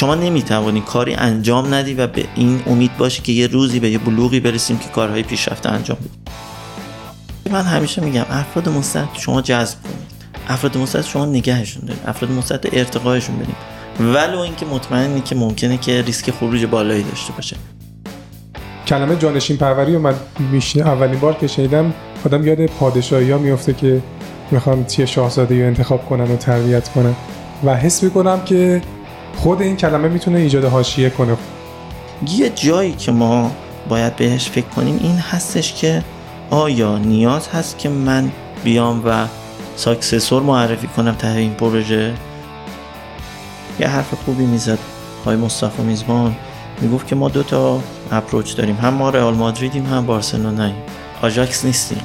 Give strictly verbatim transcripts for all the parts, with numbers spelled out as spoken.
شما نمیتوانی کاری انجام ندی و به این امید باشی که یه روزی به یه بلوغی برسیم که کارهای پیشرفته انجام بدیم. من همیشه میگم افراد مستعد شما جذب کنید، افراد مستعد شما نگهشون دارید، افراد مستعد ارتقایشون بدید، ولو اینکه مطمئنی که ممکنه که ریسک خروج بالایی داشته باشه. کلمه جانشین پروری رو من میشین اولین بار که شنیدم آدم یاد پادشاهی‌ها میفته که میخوان چیه شاهزاده رو انتخاب کنن و تربیت کنن و حس میکنم که خود این کلمه میتونه ایجاد حاشیه کنه. یه جایی که ما باید بهش فکر کنیم این هستش که آیا نیاز هست که من بیام و ساکسسور معرفی کنم ته این پروژه؟ یه حرف خوبی میزد آقای مصطفی میزبان، میگفت که ما دو تا اپروچ داریم، هم ما رئال مادریدیم هم بارسلوناییم، آژاکس نیستیم.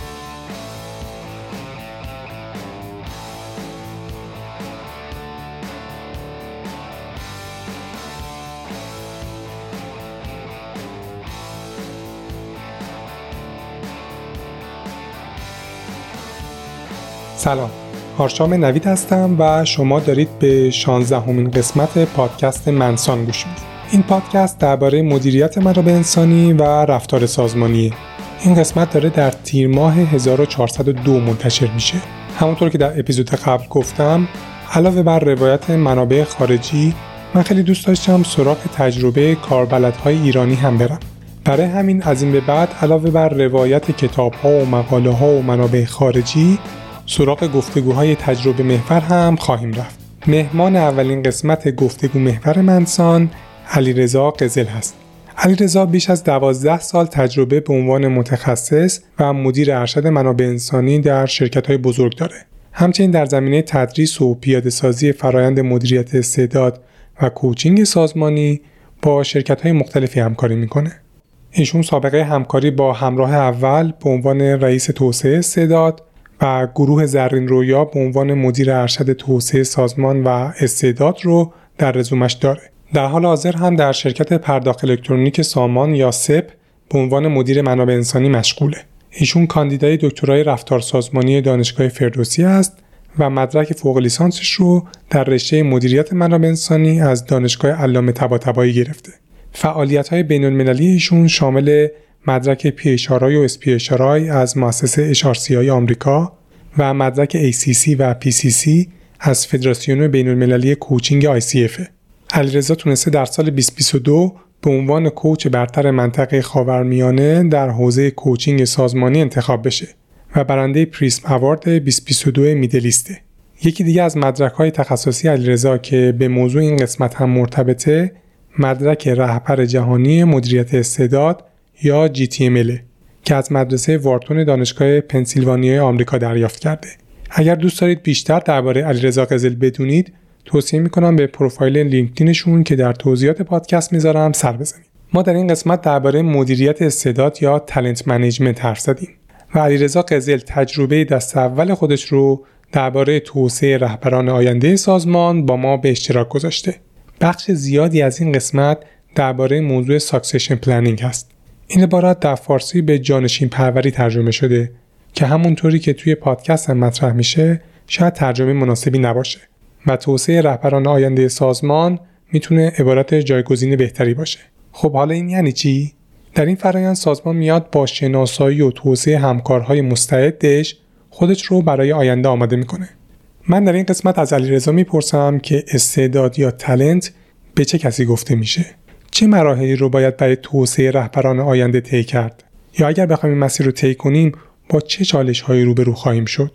سلام، آرشام نوید هستم و شما دارید به شانزدهمین قسمت پادکست منسان گوش میدید. این پادکست درباره مدیریت منابع انسانی و رفتار سازمانیه. این قسمت داره در تیر ماه هزار و چهارصد و دو منتشر میشه. همونطور که در اپیزود قبل گفتم، علاوه بر روایت منابع خارجی، من خیلی دوست داشتم سراغ تجربه کاربلدهای ایرانی هم برم. برای همین از این به بعد علاوه بر روایت کتاب‌ها و مقاله‌ها و منابع خارجی، سراغ گفتگوهای تجربه محور هم خواهیم رفت. مهمان اولین قسمت گفتگو محور منسان علیرضا قزل هست. علیرضا بیش از دوازده سال تجربه به عنوان متخصص و مدیر ارشد منابع انسانی در شرکت‌های بزرگ داره. همچنین در زمینه تدریس و پیاده‌سازی فرایند مدیریت استعداد و کوچینگ سازمانی با شرکت‌های مختلفی همکاری می‌کنه. ایشون سابقه همکاری با همراه اول به عنوان رئیس توسعه استعداد و گروه زرین رویا به عنوان مدیر ارشد توسعه سازمان و استعداد رو در رزومش داره. در حال حاضر هم در شرکت پرداخت الکترونیک سامان یا سپ به عنوان مدیر منابع انسانی مشغوله. ایشون کاندیدای دکترای رفتار سازمانی دانشگاه فردوسی است و مدرک فوق لیسانسش رو در رشته مدیریت منابع انسانی از دانشگاه علامه طباطبایی گرفته. فعالیت‌های بین‌المللی ایشون شامل مدرک پی اچ آر آی و اس پی اچ آر آی از مؤسسه اچ آر سی آی آمریکا و مدرک ای سی سی و پی سی سی از فدراسیون بین‌المللی کوچینگ آی سی اف. علیرضا تونسته در سال بیست بیست و دو به عنوان کوچ برتر منطقه خاورمیانه در حوزه کوچینگ سازمانی انتخاب بشه و برنده پریسم اوارد بیست بیست و دو میدلیسته. یکی دیگه از مدرک‌های تخصصی علیرضا که به موضوع این قسمت هم مرتبطه، مدرک رهبر جهانی مدیریت استعداد یا جی تی ام ال که از مدرسه وارتون دانشگاه پنسیلوانیای آمریکا دریافت کرده. اگر دوست دارید بیشتر درباره علیرضا قزل بدونید، توصیه میکنم به پروفایل لینکدینشون که در توضیحات پادکست میذارم سر بزنید. ما در این قسمت درباره مدیریت استعداد یا تالنت منیجمنت حرف زدیم و علیرضا قزل تجربه دست اول خودش رو درباره توسعه رهبران آینده سازمان با ما به اشتراک گذاشته. بخش زیادی از این قسمت درباره موضوع ساکسشن پلنینگ هست. این عبارت در فارسی به جانشین پروری ترجمه شده که همونطوری که توی پادکست هم مطرح میشه شاید ترجمه مناسبی نباشه و توسعه رهبران آینده سازمان میتونه عبارت جایگزین بهتری باشه. خب حالا این یعنی چی؟ در این فرآیند سازمان میاد با شناسایی و توسعه همکارهای مستعدش خودش رو برای آینده آماده میکنه. من در این قسمت از علیرضا میپرسم که استعداد یا تالنت به چه کسی گفته میشه؟ چه مراحلی رو باید برای توسعه رهبران آینده طی کرد؟ یا اگر بخوایم این مسیر رو طی کنیم با چه چالش‌هایی روبرو خواهیم شد؟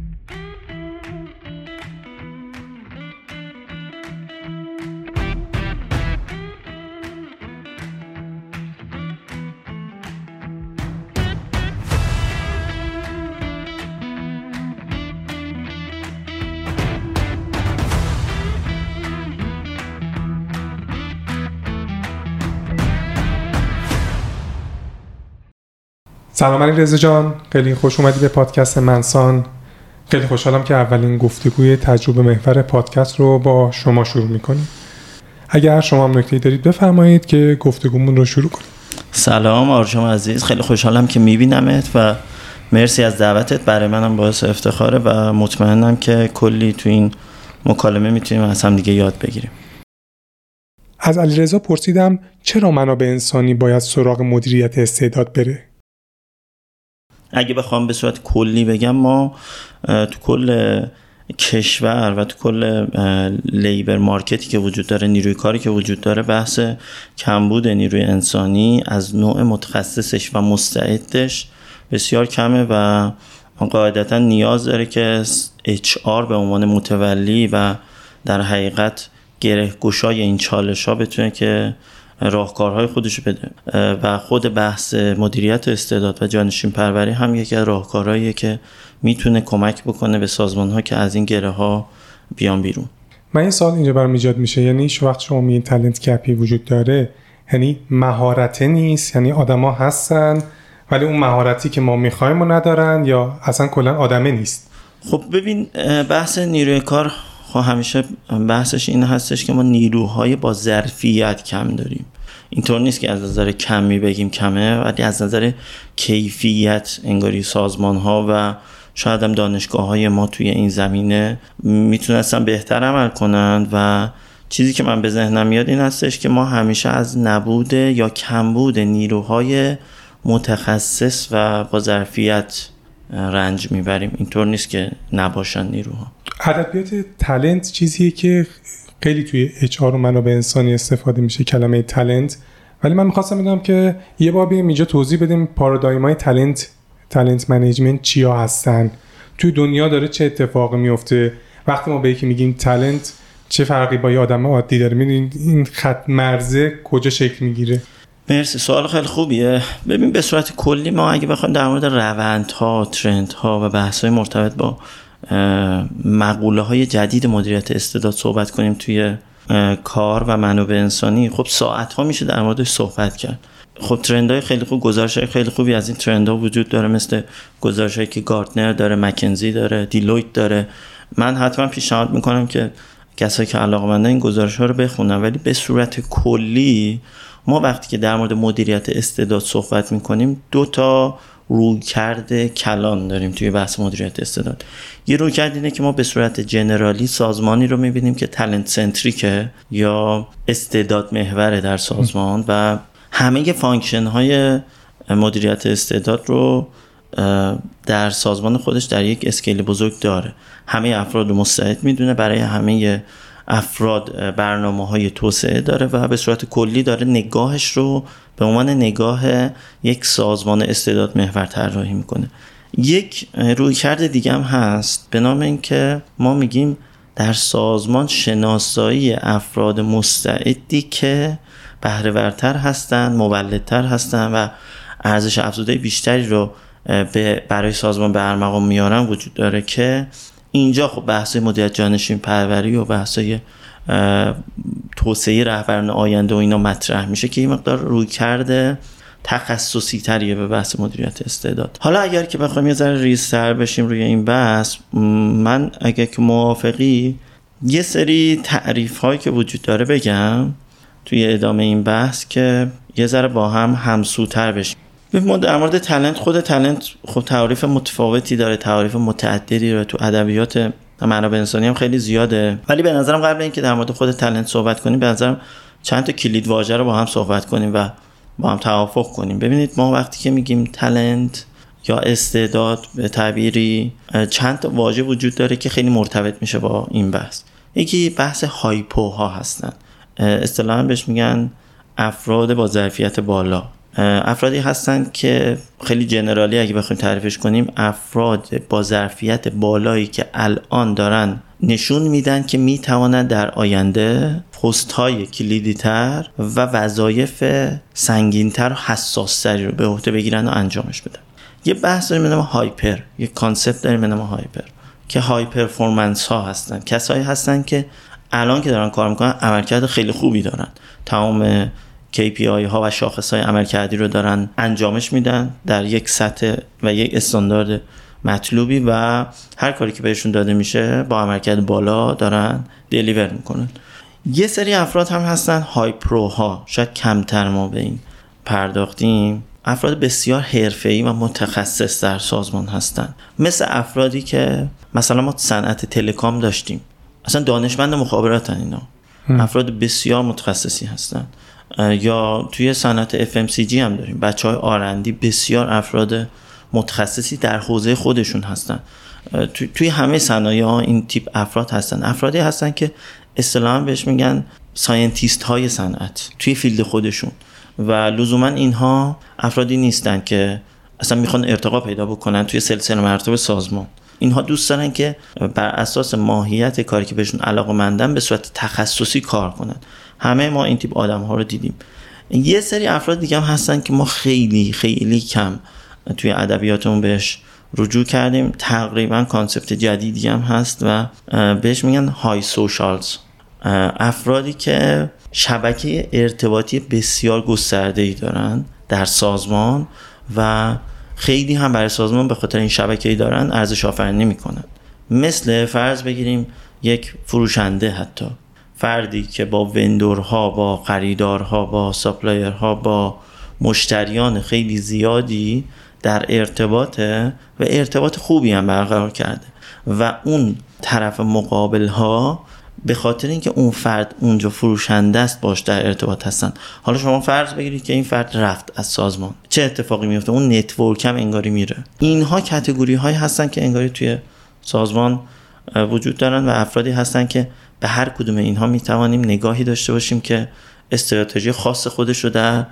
سلام علیرضا جان، خیلی خوش اومدی به پادکست منسان. خیلی خوشحالم که اولین گفتگوی تجربه محور پادکست رو با شما شروع میکنیم. اگر شما هم نکته‌ای دارید بفرمایید که گفتگومون رو شروع کنیم. سلام آرشام عزیز، خیلی خوشحالم که میبینمت و مرسی از دعوتت. برای منم باعث افتخاره و مطمئنم که کلی تو این مکالمه میتونیم از هم دیگه یاد بگیریم. از علیرضا پرسیدم چرا منابع انسانی باید سراغ مدیریت استعداد بره؟ اگه بخوام به صورت کلی بگم، ما تو کل کشور و تو کل لیبر مارکتی که وجود داره، نیروی کاری که وجود داره، بحث کمبود نیروی انسانی از نوع متخصصش و مستعدش بسیار کمه و قاعدتا نیاز داره که اچ آر به عنوان متولی و در حقیقت گره گشای این چالش ها بتونه که راهکارهای خودشو بده و خود بحث مدیریت استعداد و جانشین پروری هم یکی از راهکارهاییه که میتونه کمک بکنه به سازمان ها که از این گره ها بیان بیرون. من این سوال اینجا برام ایجاد میشه، یعنی هیچ وقت شما میگین تالنت گپی وجود داره، یعنی مهارت نیست، یعنی آدما هستن ولی اون مهارتی که ما میخوایم رو ندارن، یا اصلا کلا آدمه نیست؟ خب ببین، بحث نیروی کار خب همیشه بحثش این هستش که ما نیروهای با ظرفیت کم داریم. اینطور نیست که از نظر کمی بگیم کمه، ولی از نظر کیفیت انگاری سازمان ها و شاید هم دانشگاه های ما توی این زمینه میتونستن بهتر عمل کنند و چیزی که من به ذهنم میاد این هستش که ما همیشه از نبود یا کمبود نیروهای متخصص و با ظرفیت رنج میبریم. اینطور نیست که نباشن نیروها. ادبیات تالنت چیزیه که خیلی توی اچ آر و منابع انسانی استفاده میشه، کلمه تالنت، ولی من میخواستم بدونم که یه بار بیایم اینجا توضیح بدیم پارادایم‌های تالنت تالنت منیجمنت چیا هستن، توی دنیا داره چه اتفاقی میفته، وقتی ما به یکی میگیم تالنت چه فرقی با یه آدم عادی داره، میدونید این خط مرزه کجا شکل میگیره؟ مرسی، سوال خیلی خوبیه. ببین به صورت کلی ما اگه بخوایم در مورد روندها، ترندها و بحث‌های مرتبط با مقوله های جدید مدیریت استعداد صحبت کنیم توی کار و منابع انسانی، خب ساعت ها میشه در موردش صحبت کرد. خب ترندهای خیلی خوب، گزارش‌های خیلی خوبی از این ترندها وجود داره، مثل گزارش‌هایی که گارتنر داره، مکنزی داره، دیلویت داره. من حتما پیشنهاد میکنم که کسایی که علاقه‌مندن این گزارش‌ها رو بخونن. ولی به صورت کلی ما وقتی که در مورد مدیریت استعداد صحبت میکنیم دو تا رویکرد کلان داریم توی بحث مدیریت استعداد. یه رویکرد اینه که ما به صورت جنرالی سازمانی رو میبینیم که تالنت سنتریکه یا استعداد محوره در سازمان و همه فانکشن های مدیریت استعداد رو در سازمان خودش در یک اسکیل بزرگ داره. همه افراد رو مستعد میدونه، برای همه افراد برنامه‌های توسعه داره و به صورت کلی داره نگاهش رو به عنوان نگاه یک سازمان استعداد محور طراحی میکنه. یک رویکرد دیگه هم هست به نام این که ما میگیم در سازمان شناسایی افراد مستعدی که بهره ورتر هستن، مولدتر هستن و ارزش افزوده بیشتری رو برای سازمان به ارمغان میارن وجود داره، که اینجا خب بحث مدیریت جانشین پروری و بحثای توسعه رهبران آینده و اینا مطرح میشه که این مقدار رویکرد تخصصی تریه به بحث مدیریت استعداد. حالا اگر که بخوایم یه ذره ریزتر بشیم روی این بحث، من اگر که موافقی یه سری تعریف هایی که وجود داره بگم توی ادامه این بحث که یه ذره با هم همسوتر بشیم. ما در مورد تالنت، خود تالنت خب تعریف متفاوتی داره، تعریف متعددی داره، تو ادبیات منابع انسانی هم خیلی زیاده. ولی به نظرم قبل اینکه در مورد خود تالنت صحبت کنیم، به نظرم چند تا کلید واژه رو با هم صحبت کنیم و با هم توافق کنیم. ببینید ما وقتی که میگیم تالنت یا استعداد به تعبیری، چند تا واژه وجود داره که خیلی مرتبط میشه با این بحث. یکی بحث هایپوها هستن، اصطلاحاً بهش میگن افراد با ظرفیت بالا. افرادی هستن که خیلی جنرالی اگه بخوایم تعریفش کنیم، افراد با ظرفیت بالایی که الان دارن نشون میدن که میتوانند در آینده پست‌های کلیدی‌تر و وظایف سنگین‌تر و حساس‌تری رو به عهده بگیرن و انجامش بدن. یه بحث داریم به نام هایپر، یه کانسپت داریم به نام هایپر که های پرفورمنس ها هستن. کسایی هستن که الان که دارن کار میکنن عملکرد خیلی خوبی دارن، تمام کی پی آی ها و شاخص های عملکردی رو دارن انجامش میدن در یک سطح و یک استاندارد مطلوبی و هر کاری که بهشون داده میشه با عملکرد بالا دارن دلیور میکنن. یه سری افراد هم هستن های پرو ها، شاید کمتر ما به این پرداختیم، افراد بسیار حرفه‌ای و متخصص در سازمان هستن، مثل افرادی که مثلا ما صنعت تلکام داشتیم، اصلا دانشمند مخابراتن اینا، افراد بسیار متخصصی هستن. یا توی صنعت اف ام سی جی هم داریم بچهای آرندی، بسیار افراد متخصصی در حوزه خودشون هستن. تو، توی همه صنایع ها این تیپ افراد هستن. افرادی هستن که اصطلاحاً بهش میگن ساینتیست های صنعت توی فیلد خودشون، و لزوما اینها افرادی نیستن که اصلا میخوان ارتقا پیدا بکنن توی سلسله مراتب سازمان. اینها دوست دارن که بر اساس ماهیت کاری که بهشون علاقه‌مندن به صورت تخصصی کار کنن. همه ما این تیپ آدم ها رو دیدیم. یه سری افراد دیگه هم هستن که ما خیلی خیلی کم توی ادبیاتمون بهش رجوع کردیم. تقریبا کانسپت جدیدی هم هست و بهش میگن های سوشالز. افرادی که شبکه ارتباطی بسیار گسترده‌ای دارن در سازمان و خیلی هم برای سازمان به خاطر این شبکه‌ای دارن ارزش آفرینی میکنن. مثل فرض بگیریم یک فروشنده، حتی فردی که با وندورها، با خریدارها، با ساپلایرها، با مشتریان خیلی زیادی در ارتباطه و ارتباط خوبی هم برقرار کرده و اون طرف مقابل ها به خاطر اینکه اون فرد اونجا فروشنده است باش در ارتباط هستن. حالا شما فرض بگیرید که این فرد رفت از سازمان، چه اتفاقی میفته؟ اون نتورک هم انگاری میره. اینها کاتگوری هایی هستن که انگاری توی سازمان وجود دارن و افرادی هستن که به هر کدوم اینها میتوانیم نگاهی داشته باشیم که استراتژی خاص خودش رو در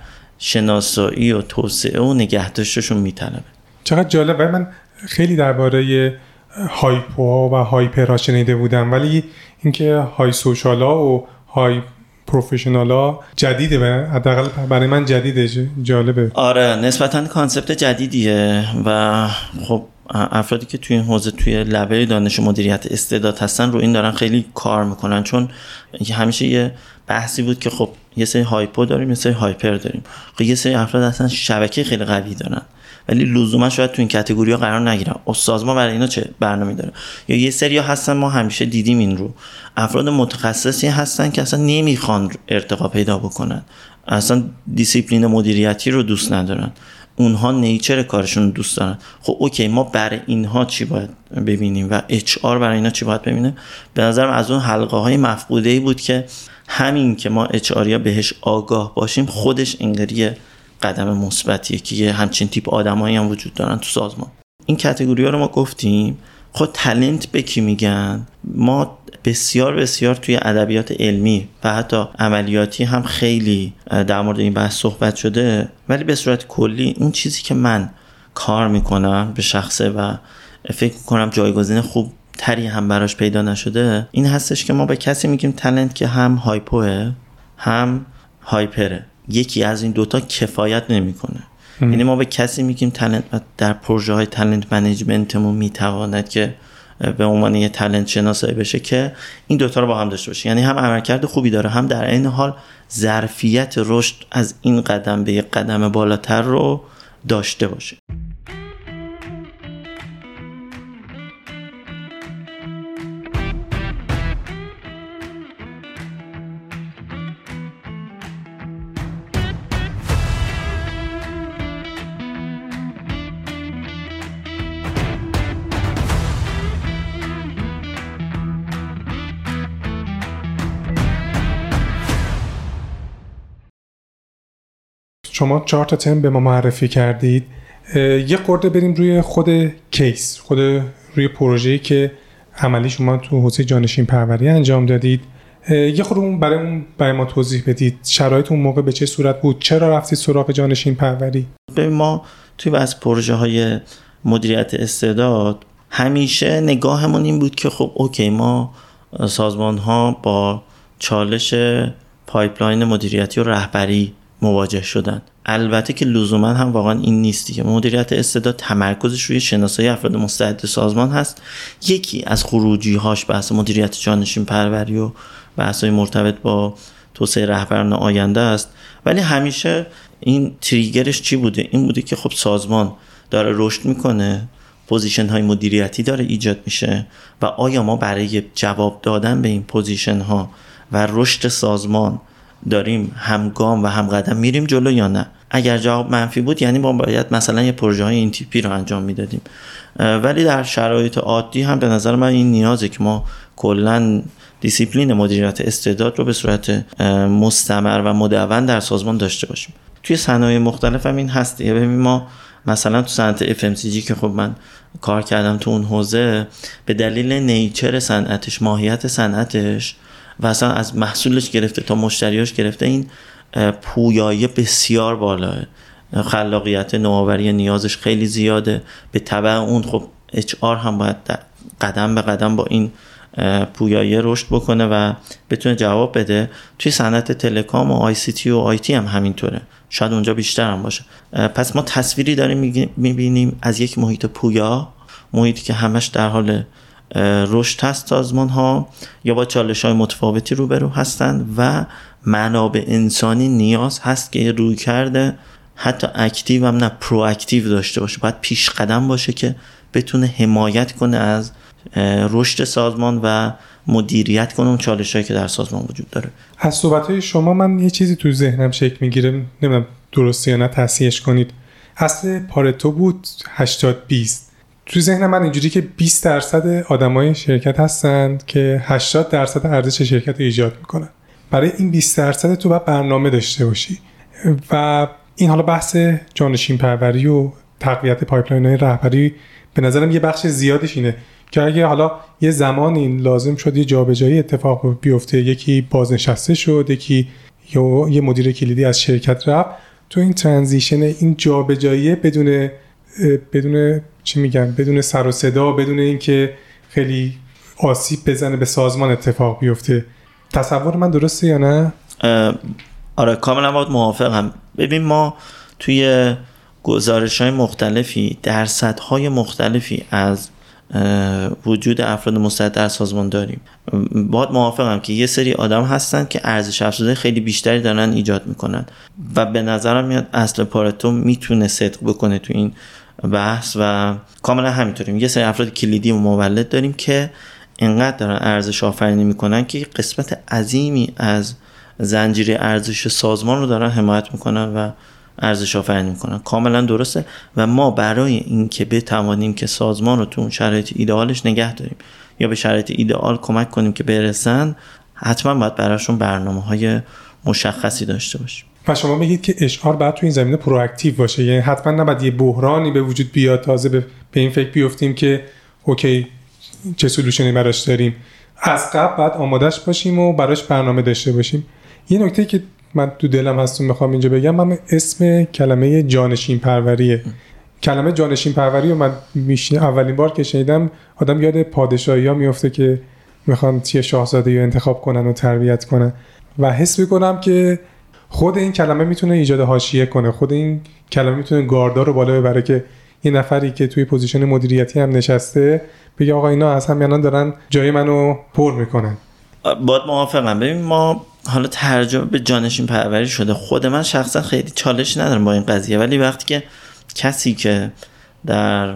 شناسایی و توسعه و نگهداشتشون میطلبه. چقدر جالب. من خیلی درباره هایپوها و هایپرها شنیده بودم، ولی اینکه های سوشالا و های پروفشنالا جدیده، حداقل برای من جدیده، جالبه. آره نسبتاً کانسپت جدیدیه و خب افرادی که توی این حوزه توی لبه دانش مدیریت استعداد هستن رو این دارن خیلی کار میکنن، چون همیشه یه بحثی بود که خب یه سری هایپو داریم، یه سری هایپر داریم. خب یه سری افراد اصلا شبکه خیلی قوی دارن ولی لزوما شاید تو این کاتگوری ها قرار نگیرن. سازمان برای اینا چه برنامه‌ای داره؟ یا یه سری ها هستن، ما همیشه دیدیم این رو، افراد متخصصی هستن که اصلا نمیخوان ارتقا پیدا بکنن، اصلا دیسیپلین مدیریتی رو دوست ندارن، اونها نیچر کارشون رو دوست دارن. خب اوکی، ما برای اینها چی باید ببینیم و اچ آر برای اینا چی باید ببینه؟ به نظرم از اون حلقه های مفقوده‌ای بود که همین که ما اچ آریا بهش آگاه باشیم خودش انگاری قدم مثبتیه که یه همچین تیپ آدمایی هم وجود دارن تو سازمان. این کاتگوری‌ها رو ما گفتیم. خود تالنت به کی میگن؟ ما بسیار بسیار توی ادبیات علمی و حتی عملیاتی هم خیلی در مورد این بحث صحبت شده، ولی به صورت کلی اون چیزی که من کار میکنم به شخصه و فکر میکنم جایگزین خوب تری هم براش پیدا نشده این هستش که ما به کسی میگیم تالنت که هم هایپوه هم هایپره. یکی از این دوتا کفایت نمیکنه. یعنی ما به کسی میگیم تالنت و در پروژه های تالنت منیجمنتمون میتواند که به عنوان یه تالنت شناسایی بشه که این دوتا رو با هم داشته باشه، یعنی هم عملکرد خوبی داره، هم در این حال ظرفیت رشد از این قدم به یک قدم بالاتر رو داشته باشه. شما چهار تا تم به ما معرفی کردید. یه خورده بریم روی خود کیس، خود روی پروژه‌ای که عملی شما تو حوزه جانشین پروری انجام دادید. یه خورده اون برای اون برای ما توضیح بدید. شرایط اون موقع به چه صورت بود؟ چرا رفتید سراغ جانشین پروری؟ به ما توی از پروژه‌های مدیریت استعداد همیشه نگاهمون این بود که خب اوکی، ما سازمان‌ها با چالش پایپلاین مدیریتی و رهبری مواجه شدن. البته که لزوما هم واقعا این نیستی که مدیریت استعداد تمرکزش روی شناسایی افراد مستعد سازمان هست. یکی از خروجی هاش بحث مدیریت جانشین پروری و بحث‌های مرتبط با توسعه رهبران آینده است، ولی همیشه این تریگرش چی بوده؟ این بوده که خب سازمان داره رشد میکنه، پوزیشن های مدیریتی داره ایجاد میشه و آیا ما برای جواب دادن به این پوزیشن ها و رشد سازمان داریم همگام و همقدم میریم جلو یا نه؟ اگر جواب منفی بود یعنی ما باید مثلا یه پروژه های این تیپی رو انجام میدادیم. ولی در شرایط عادی هم به نظر من این نیازه که ما کلن دیسیپلین مدیریت استعداد رو به صورت مستمر و مدون در سازمان داشته باشیم. توی صنایع مختلف هم این هست. یه ببین ما مثلا تو صنعت اف ام سی جی که خب من کار کردم تو اون حوزه، به دلیل نیچر صنعتش، ماهیت صنعتش و اصلا از محصولش گرفته تا مشتریاش گرفته، این پویایی بسیار بالاه، خلاقیت نوآوری نیازش خیلی زیاده. به تبع اون خب اچ آر هم باید قدم به قدم با این پویایی رشد بکنه و بتونه جواب بده. توی صنعت تلکام و آی سی تی و آی تی هم همینطوره، شاید اونجا بیشتر هم باشه. پس ما تصویری داریم میبینیم از یک محیط پویا، محیطی که همش در حال رشد هست، سازمان ها یا با چالش های متفاوتی روبرو هستند و منابع انسانی نیاز هست که روی کرده حتی اکتیو هم نه پرو اکتیو داشته باشه، باید پیش قدم باشه که بتونه حمایت کنه از رشد سازمان و مدیریت کنه اون چالشایی که در سازمان وجود داره. از صحبت‌های شما من یه چیزی تو ذهنم شکل میگیره، نمیدونم درسته یا نه، تصحیحش کنید. اصل پارتو بود هشتاد بیست. تو ذهن من اینجوری که بیست درصد آدمای شرکت هستند که هشتاد درصد ارزش شرکت رو ایجاد میکنن. برای این بیست درصد تو باید برنامه داشته باشی و این حالا بحث جانشین پروری و تقویت پایپلاین‌های رهبری به نظرم یه بخش زیادش اینه که اگه حالا یه زمانی لازم شد یه جابجایی اتفاق بیفته، یکی بازنشسته شد، یکی یا یه مدیر کلیدی از شرکت رفت، تو این ترانزیشن، این جابجایی بدون بدون چی میگن بدون سر و صدا، بدون اینکه خیلی آسیب بزنه به سازمان اتفاق بیفته. تصور من درسته یا نه؟ آره کاملا باهات موافقم. ببین ما توی گزارش‌های مختلفی درصدهای مختلفی از وجود افراد مستعد در سازمان داریم. باهات موافقم که یه سری آدم هستن که ارزش افزوده خیلی بیشتری دارن ایجاد میکنن و به نظرم میاد اصل پارتو میتونه صدق بکنه تو این بحث و کاملا همینطوریم. یه سری افراد کلیدی و مولد داریم که اینقدر دارن ارزش آفرینی میکنن که قسمت عظیمی از زنجیره ارزش سازمان رو دارن حمایت میکنن و ارزش آفرینی میکنن. کاملا درسته و ما برای این که بتوانیم که سازمان رو تو اون شرایط ایدئالش نگه داریم یا به شرایط ایدئال کمک کنیم که برسن، حتما باید براشون برنامه‌های مشخصی داشته باشیم. و شما میگید که اچ آر باید تو این زمینه پرواکتیو باشه، یعنی حتما نباید یه بحرانی به وجود بیاد تازه به, به این فکر بیفتیم که اوکی چه سولوشنی براش داریم. از قبل باید آمادهش باشیم و براش برنامه داشته باشیم. یه نکته که من تو دلم هستم میخوام اینجا بگم، من اسم کلمه جانشین پروریه. کلمه جانشین پروری رو من میشنم اولین بار که شنیدم آدم یاد پادشاهی ها میفته که میخوان چیه شاهزاده رو انتخاب کنن و تربیت کنن و حس میکنم که خود این کلمه میتونه ایجاد حاشیه کنه، خود این کلمه میتونه گاردار رو بالا ببره که یه نفری که توی پوزیشن مدیریتی هم نشسته بگه آقا اینا از هم یعنی دارن جای منو پر میکنن. باید موافقم. ببین ما حالا ترجمه به جانشین پروری شده، خود من شخصا خیلی چالش ندارم با این قضیه، ولی وقتی که کسی که در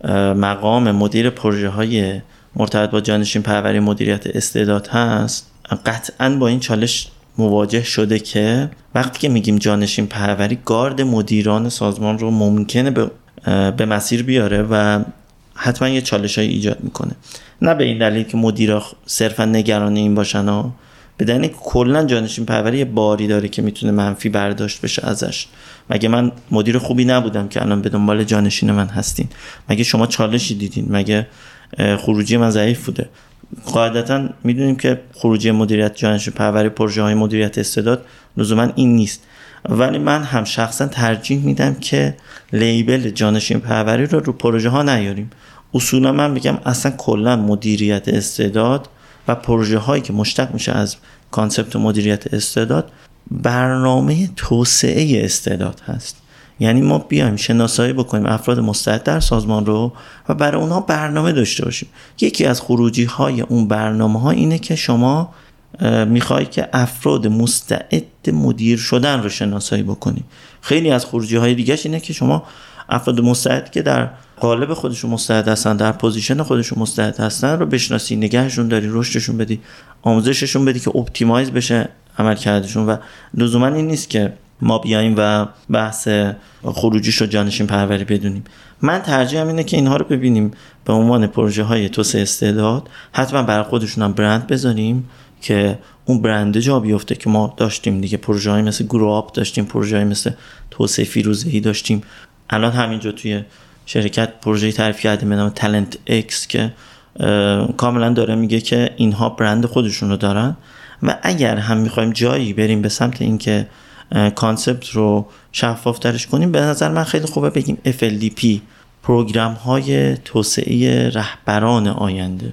مقام مدیر پروژه های مرتبط با جانشین پروری مدیریت استعداد هست قطعا با این چالش مواجه شده که وقتی که میگیم جانشین پروری گارد مدیران سازمان رو ممکنه به به مسیر بیاره و حتما یه چالش‌های ایجاد میکنه. نه به این دلیل که مدیرا صرفا نگران این باشن ها، به دلیل که کلا جانشین پروری یه باری داره که میتونه منفی برداشت بشه ازش. مگه من مدیر خوبی نبودم که الان به دنبال جانشین من هستین؟ مگه شما چالشی دیدین؟ مگه خروجی من ضعیف بوده؟ قاعدتا میدونیم که خروجی مدیریت جانشین پروری پروژه های مدیریت استعداد لزوما این نیست، ولی من هم شخصا ترجیح میدم که لیبل جانشین پروری رو رو پروژه ها نیاریم. اصولا من میگم اصلا کلا مدیریت استعداد و پروژه هایی که مشتق میشه از کانسپت مدیریت استعداد برنامه توسعه استعداد هست. یعنی ما بیایم شناسایی بکنیم افراد مستعد در سازمان رو و برای اونها برنامه داشته باشیم. یکی از خروجی های اون برنامه ها اینه که شما میخوای که افراد مستعد مدیر شدن رو شناسایی بکنی. خیلی از خروجی های دیگهش اینه که شما افراد مستعد که در قالب خودشون مستعد هستن، در پوزیشن خودشون مستعد هستن رو بشناسی، نگهشون داری، رشدشون بدی، آموزششون بدی که اپتیمایز بشه عملکردشون. و لزوما این نیست که ما بیاییم و بحث خروجیش رو جانشین پروری بدونیم. من ترجیحم اینه که اینها رو ببینیم به عنوان پروژه های توسعه استعداد، حتما برای خودشون هم برند بذاریم که اون برند جا بیفته که ما داشتیم دیگه. پروژه های مثل گرو آپ داشتیم، پروژه های مثل توسعه فیروزه‌ای داشتیم. الان همینجا توی شرکت پروژه تعریف کردیم به نام تالنت اکس که کاملا داره میگه که اینها برند خودشون رو دارن و اگر هم میخوایم جایی بریم به سمت اینکه کانسپت رو شفاف ترش کنیم، به نظر من خیلی خوبه بگیم اف ال دی پی، پروگرام های توسعه رهبران آینده.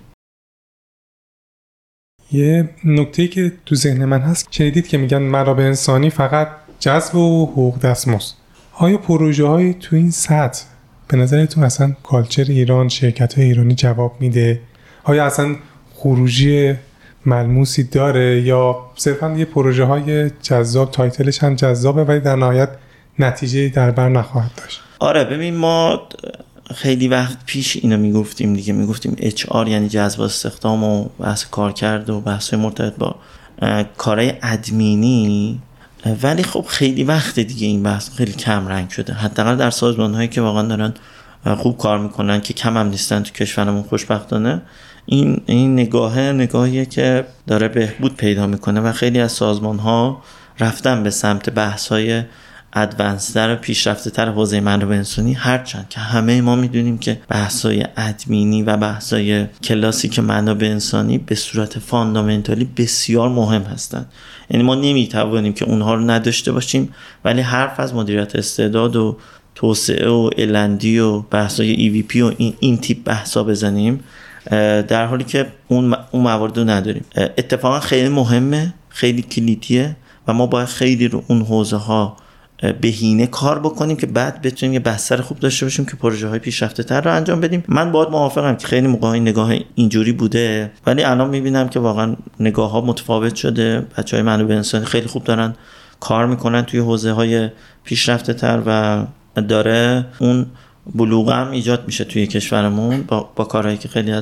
یه نکته که تو ذهن من هست، شنیدید که میگن منابع انسانی فقط جذب و حقوق دستمزد. آیا پروژه های تو این سطح به نظرتون اصلا کالچر ایران، شرکت های ایرانی جواب میده؟ آیا اصلا خروجی ملموسی داره یا صرفا یه پروژه های جذاب، تایتلش هم جذابه ولی در نهایت نتیجه در بر نخواهد داشت؟ آره ببین، ما خیلی وقت پیش اینو میگفتیم دیگه، میگفتیم اچ آر یعنی جذب استخدام و بحث کارکرد و بحث مرتبط با کارهای ادمینی، ولی خب خیلی وقت دیگه این بحث خیلی کم رنگ شده، حداقل در سازمان‌هایی که واقعا دارن خوب کار میکنن که کم هم نیستن تو کشورمون خوشبختانه. این این نگاهه نگاهیه که داره بهبود پیدا میکنه و خیلی از سازمان‌ها رفتن به سمت بحث‌های ادوانس‌تر و پیشرفته‌تر حوزه منابع انسانی، هرچند که همه ما میدونیم که بحث‌های ادمینی و بحث‌های کلاسیک منابع انسانی به صورت فاندامنتالی بسیار مهم هستند. یعنی ما نمیتوانیم که اونها رو نداشته باشیم، ولی حرف از مدیریت استعداد و توسعه و الندی و بحث‌های ای وی پی و این این تیپ بحثا بزنیم در حالی که اون اون موارد رو نداریم. اتفاقا خیلی مهمه، خیلی کلیدیه و ما باید خیلی رو اون حوزه‌ها بهینه کار بکنیم که بعد بتونیم یه بستر خوب داشته باشیم که پروژه های پیشرفته تر رو انجام بدیم. من باهات موافقم که خیلی موقع این نگاه اینجوری بوده، ولی الان میبینم که واقعا نگاه ها متفاوت شده. بچهای منابع انسانی خیلی خوب دارن کار میکنن توی حوزه های پیشرفته تر و داره اون بلوغ هم ایجاد میشه توی کشورمون با, با کارهایی که خیلی از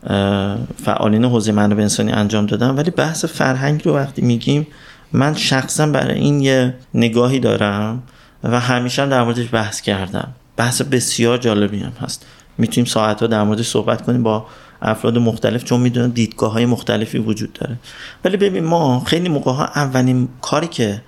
فعالین حوزه منابع انسانی انجام دادن. ولی بحث فرهنگ رو وقتی میگیم، من شخصا برای این یه نگاهی دارم و همیشه هم در موردش بحث کردم. بحث بسیار جالبی هم هست، میتونیم ساعت‌ها در موردش صحبت کنیم با افراد مختلف، چون میدونم دیدگاه‌های مختلفی وجود داره. ولی ببین، ما خیلی موقع‌ها اولین کاری که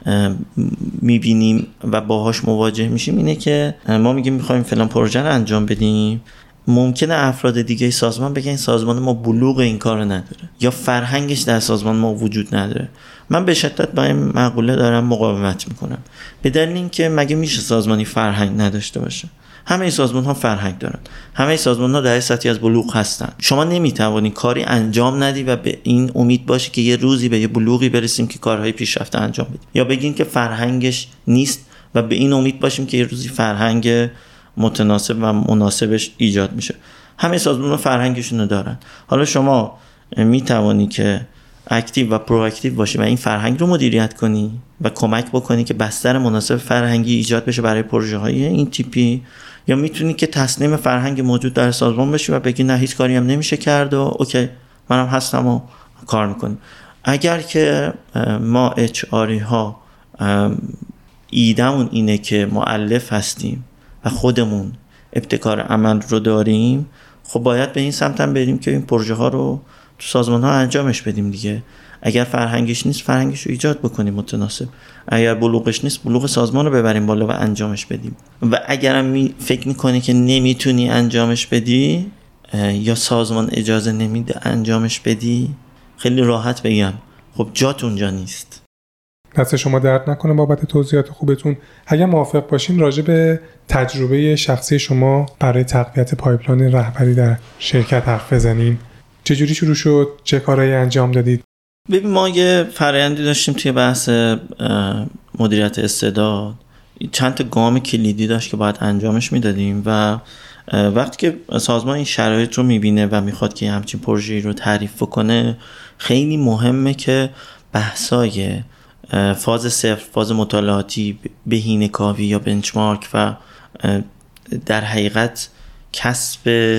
میبینیم و باهاش مواجه میشیم اینه که ما میگیم میخوایم فلان پروژه رو انجام بدیم، ممکنه افراد دیگه سازمان بگن این سازمان ما بلوغ این کار رو نداره یا فرهنگش در سازمان ما وجود نداره. من به شدت با این مقوله دارم مقاومت میکنم، به دلیل اینکه مگه میشه سازمانی فرهنگ نداشته باشه؟ همه سازمان ها فرهنگ دارن، همه سازمان ها در سطحی از بلوغ هستن. شما نمیتوانی کاری انجام ندی و به این امید باشی که یه روزی به یه بلوغی برسیم که کارهای پیشرفته انجام بدیم، یا بگین که فرهنگش نیست و به این امید باشیم که یه روزی فرهنگ متناسب و مناسبش ایجاد میشه. همه سازمان ها فرهنگشون رو دارن. حالا شما میتوانی که اکتیو و پرواکتیو باشی و این فرهنگ رو مدیریت کنی و کمک بکنی که بستر مناسب فرهنگی ایجاد بشه برای پروژه های این تیپی، یا میتونی که تسلیم فرهنگ موجود در سازمان بشی و بگی نه هیچ کاری هم نمیشه کرد و اوکی منم هستم و کار میکنیم. اگر که ما اچ آری ها ایدمون اینه که مؤلف هستیم و خودمون ابتکار عمل رو داریم، خب باید به این سمت هم بریم که این پروژه ها رو تو سازمان ها انجامش بدیم دیگه. اگر فرهنگش نیست، فرهنگش رو ایجاد بکنیم متناسب. اگر بلوغش نیست، بلوغ سازمان رو ببریم بالا و انجامش بدیم. و اگر هم می فکر میکنی که نمیتونی انجامش بدی یا سازمان اجازه نمیده انجامش بدی، خیلی راحت بگم خب جات اونجا نیست. دست شما درد نکنه بابت توضیحات خوبتون. اگر موافق باشین راجع به تجربه شخصی شما برای تقویت پایپلاین رهبری در شرکت حرف بزنیم. چجوری شروع شد؟ چه کارهایی انجام دادید؟ ببین، ما یه فرآیندی داشتیم توی بحث مدیریت استعداد، چند تا گام کلیدی داشت که باید انجامش میدادیم و وقتی که سازمان این شرایط رو میبینه و میخواد که همچین پروژه‌ای رو تعریف کنه، خیلی مهمه که بحثای فاز صفر، فاز مطالعاتی، بهینه‌کاوی یا بنچمارک و در حقیقت کسب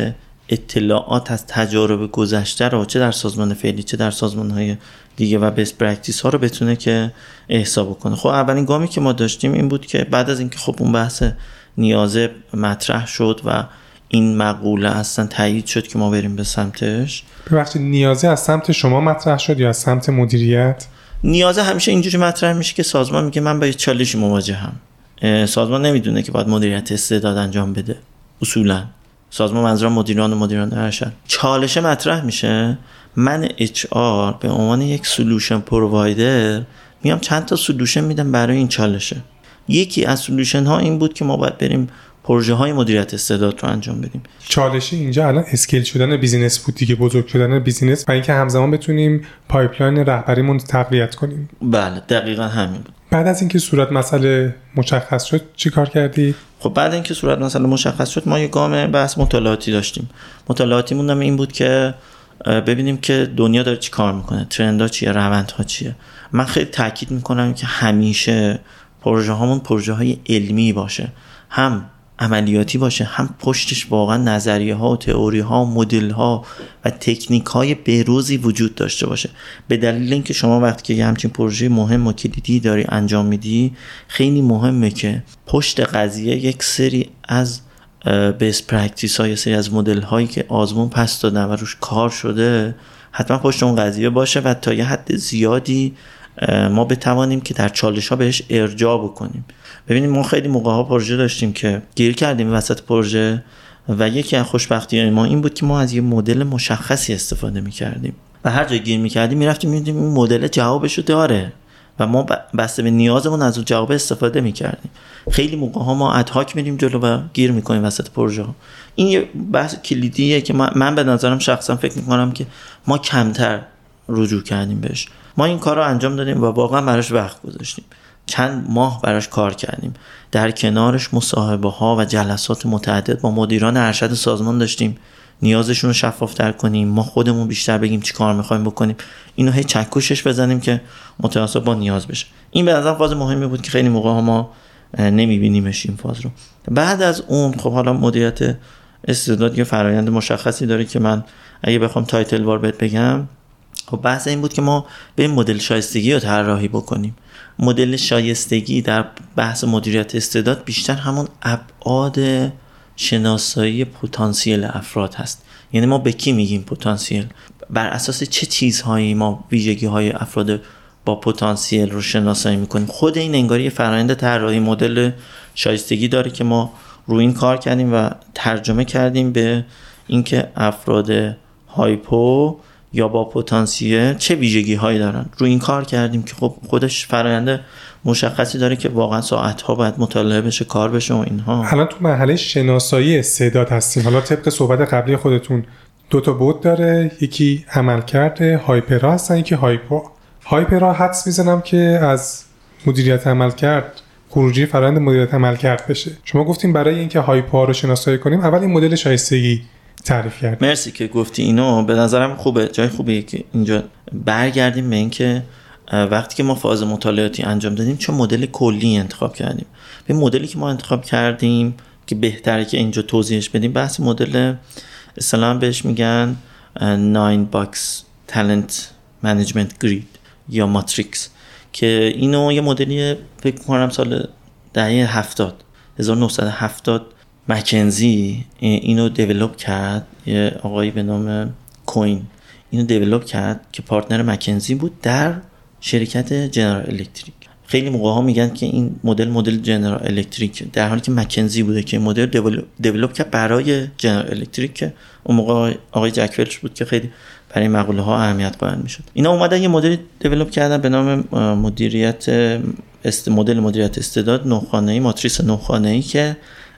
اطلاعات از تجارب گذشته رو چه در سازمان فعلی چه در سازمان‌های دیگه و بیس پرکتیس ها رو بتونه که احسا بکنه. خب اولین گامی که ما داشتیم این بود که بعد از اینکه خب اون بحث نیازه مطرح شد و این مقوله اصلا تایید شد که ما بریم به سمتش. ببخشید نیازه از سمت شما مطرح شد یا از سمت مدیریت؟ نیازه همیشه اینجوری مطرح میشه که سازمان میگه من با یه چالشی مواجهم. سازمان نمیدونه که باید مدیریت استعداد انجام بده. اصولا سازمان منظورم مدیران و مدیران ارشد. چالش مطرح میشه، من اچ آر به عنوان یک سولوشن پرووایدر میام چند تا سولوشن میدم برای این چالشه. یکی از سولوشن ها این بود که ما باید بریم پروژه های مدیریت استعداد رو انجام بدیم. چالش اینجا الان اسکیل شدن بیزینس بود دیگه، بزرگ شدن بیزینس و اینکه همزمان بتونیم پایپلاین رهبریمون رو تقویت کنیم. بله دقیقاً همین بود. بعد از اینکه صورت مسئله مشخص شد چی کار کردی؟ خب بعد اینکه صورت مسئله مشخص شد ما یه گام بحث مطالعاتی داشتیم. مطالعاتی موندم این بود که ببینیم که دنیا داره چی کار میکنه، ترندها چیه، روندها چیه. من خیلی تاکید میکنم که همیشه پروژه هامون پروژه های علمی باشه، هم عملیاتی باشه، هم پشتش واقعا نظریه ها و تئوری ها و مدل ها و تکنیک های بروزی وجود داشته باشه. به دلیل اینکه شما وقتی که همچین پروژه مهم و کلیدی داری انجام میدی خیلی مهمه که پشت قضیه یک سری از بیس پرکتیس ها، یک سری از مدل هایی که آزمون پس دادن و روش کار شده حتما پشت اون قضیه باشه و تا یه حد زیادی ما بتوانیم که در چالش ها بهش ارجاع بکنیم. ببینیم ما خیلی موقع ها پروژه داشتیم که گیر کردیم وسط پروژه و یکی از خوشبختی ما این بود که ما از یه مدل مشخصی استفاده می‌کردیم و هر جا گیر می‌کردیم می‌رفتیم می‌دیدیم این مدل جوابشو داره و ما بسته به نیازمون از اون جواب استفاده می‌کردیم. خیلی موقع ها ما ادهاک میریم جلو و گیر می‌کنیم وسط پروژه ها. این یه بحث کلیدیه که من به نظرم شخصا فکر می‌کنم که ما کمتر رجوع کردیم بهش. ما این کار رو انجام دادیم و واقعا براش وقت گذاشتیم، چند ماه براش کار کردیم، در کنارش مصاحبه ها و جلسات متعدد با مدیران ارشد سازمان داشتیم، نیازشون رو شفافتر کنیم، ما خودمون بیشتر بگیم چی کار میخوایم بکنیم، اینو هی چکشش بزنیم که متناسب با نیاز بشه. این به نظرم فاز مهمی بود که خیلی موقع ها ما نمیبینیمش این فاز رو. بعد از اون خب حالا مدیریت استعداد یه فرآیند مشخصی داره که من اگه بخوام تایتل وار بهت بگم، خب بحث این بود که ما به مدل شایستگی رو طراحی بکنیم. مدل شایستگی در بحث مدیریت استعداد بیشتر همون ابعاد شناسایی پتانسیل افراد هست. یعنی ما به کی میگیم پتانسیل؟ بر اساس چه چیزهایی ما ویژگی های افراد با پتانسیل رو شناسایی میکنیم؟ خود این انگاری فرآیند طراحی مدل شایستگی داره که ما روی این کار کردیم و ترجمه کردیم به اینکه افراد هایپو یا با پتانسیل چه ویژگی هایی دارن. روی این کار کردیم که خب خودش فرآیند مشخصی داره که واقعا ساعت‌ها باید مطالعه بشه، کار بشه و اینها. الان تو مرحله شناسایی استعداد هستیم. حالا طبق صحبت قبلی خودتون دو تا بود داره، یکی عملکرد هایپرا هستن، یکی هایپو. هایپرا حدس میزنم که از مدیریت عملکرد خروجی فرآیند مدیریت عملکرد بشه. شما گفتیم برای اینکه هایپو رو شناسایی کنیم اول این مدل شایستگی تعریف کرد. مرسی که گفتی اینو. به نظرم خوبه، جای خوبیه که اینجا برگردیم به این که وقتی که ما فاز مطالعاتی انجام دادیم چه مدل کلی انتخاب کردیم. به مدلی که ما انتخاب کردیم که بهتره که اینجا توضیحش بدیم، بحث مدل اصطلاحاً بهش میگن ناین باکس تالنت منیجمنت گرید یا ماتریکس، که اینو یه مدلی فکر کنم سال دهه هفتاد هزار و نهصد و هفتاد مکنزی اینو دیولپ کرد، یه آقایی به نام کوین اینو دیولپ کرد که پارتنر مکنزی بود در شرکت جنرال الکتریک. خیلی موقع ها میگن که این مدل مدل جنرال الکتریک، در حالی که مکنزی بوده که مدل دیولپ کرد برای جنرال الکتریک که اون موقع آقای جک ولچ بود که خیلی برای مقوله ها اهمیت قائل میشد. اینا اومدن یه مدل دیولپ کردن به نام مدیریت است مدل مدیریت استعداد نوخانه‌ای، ماتریس نوخانه‌ای، که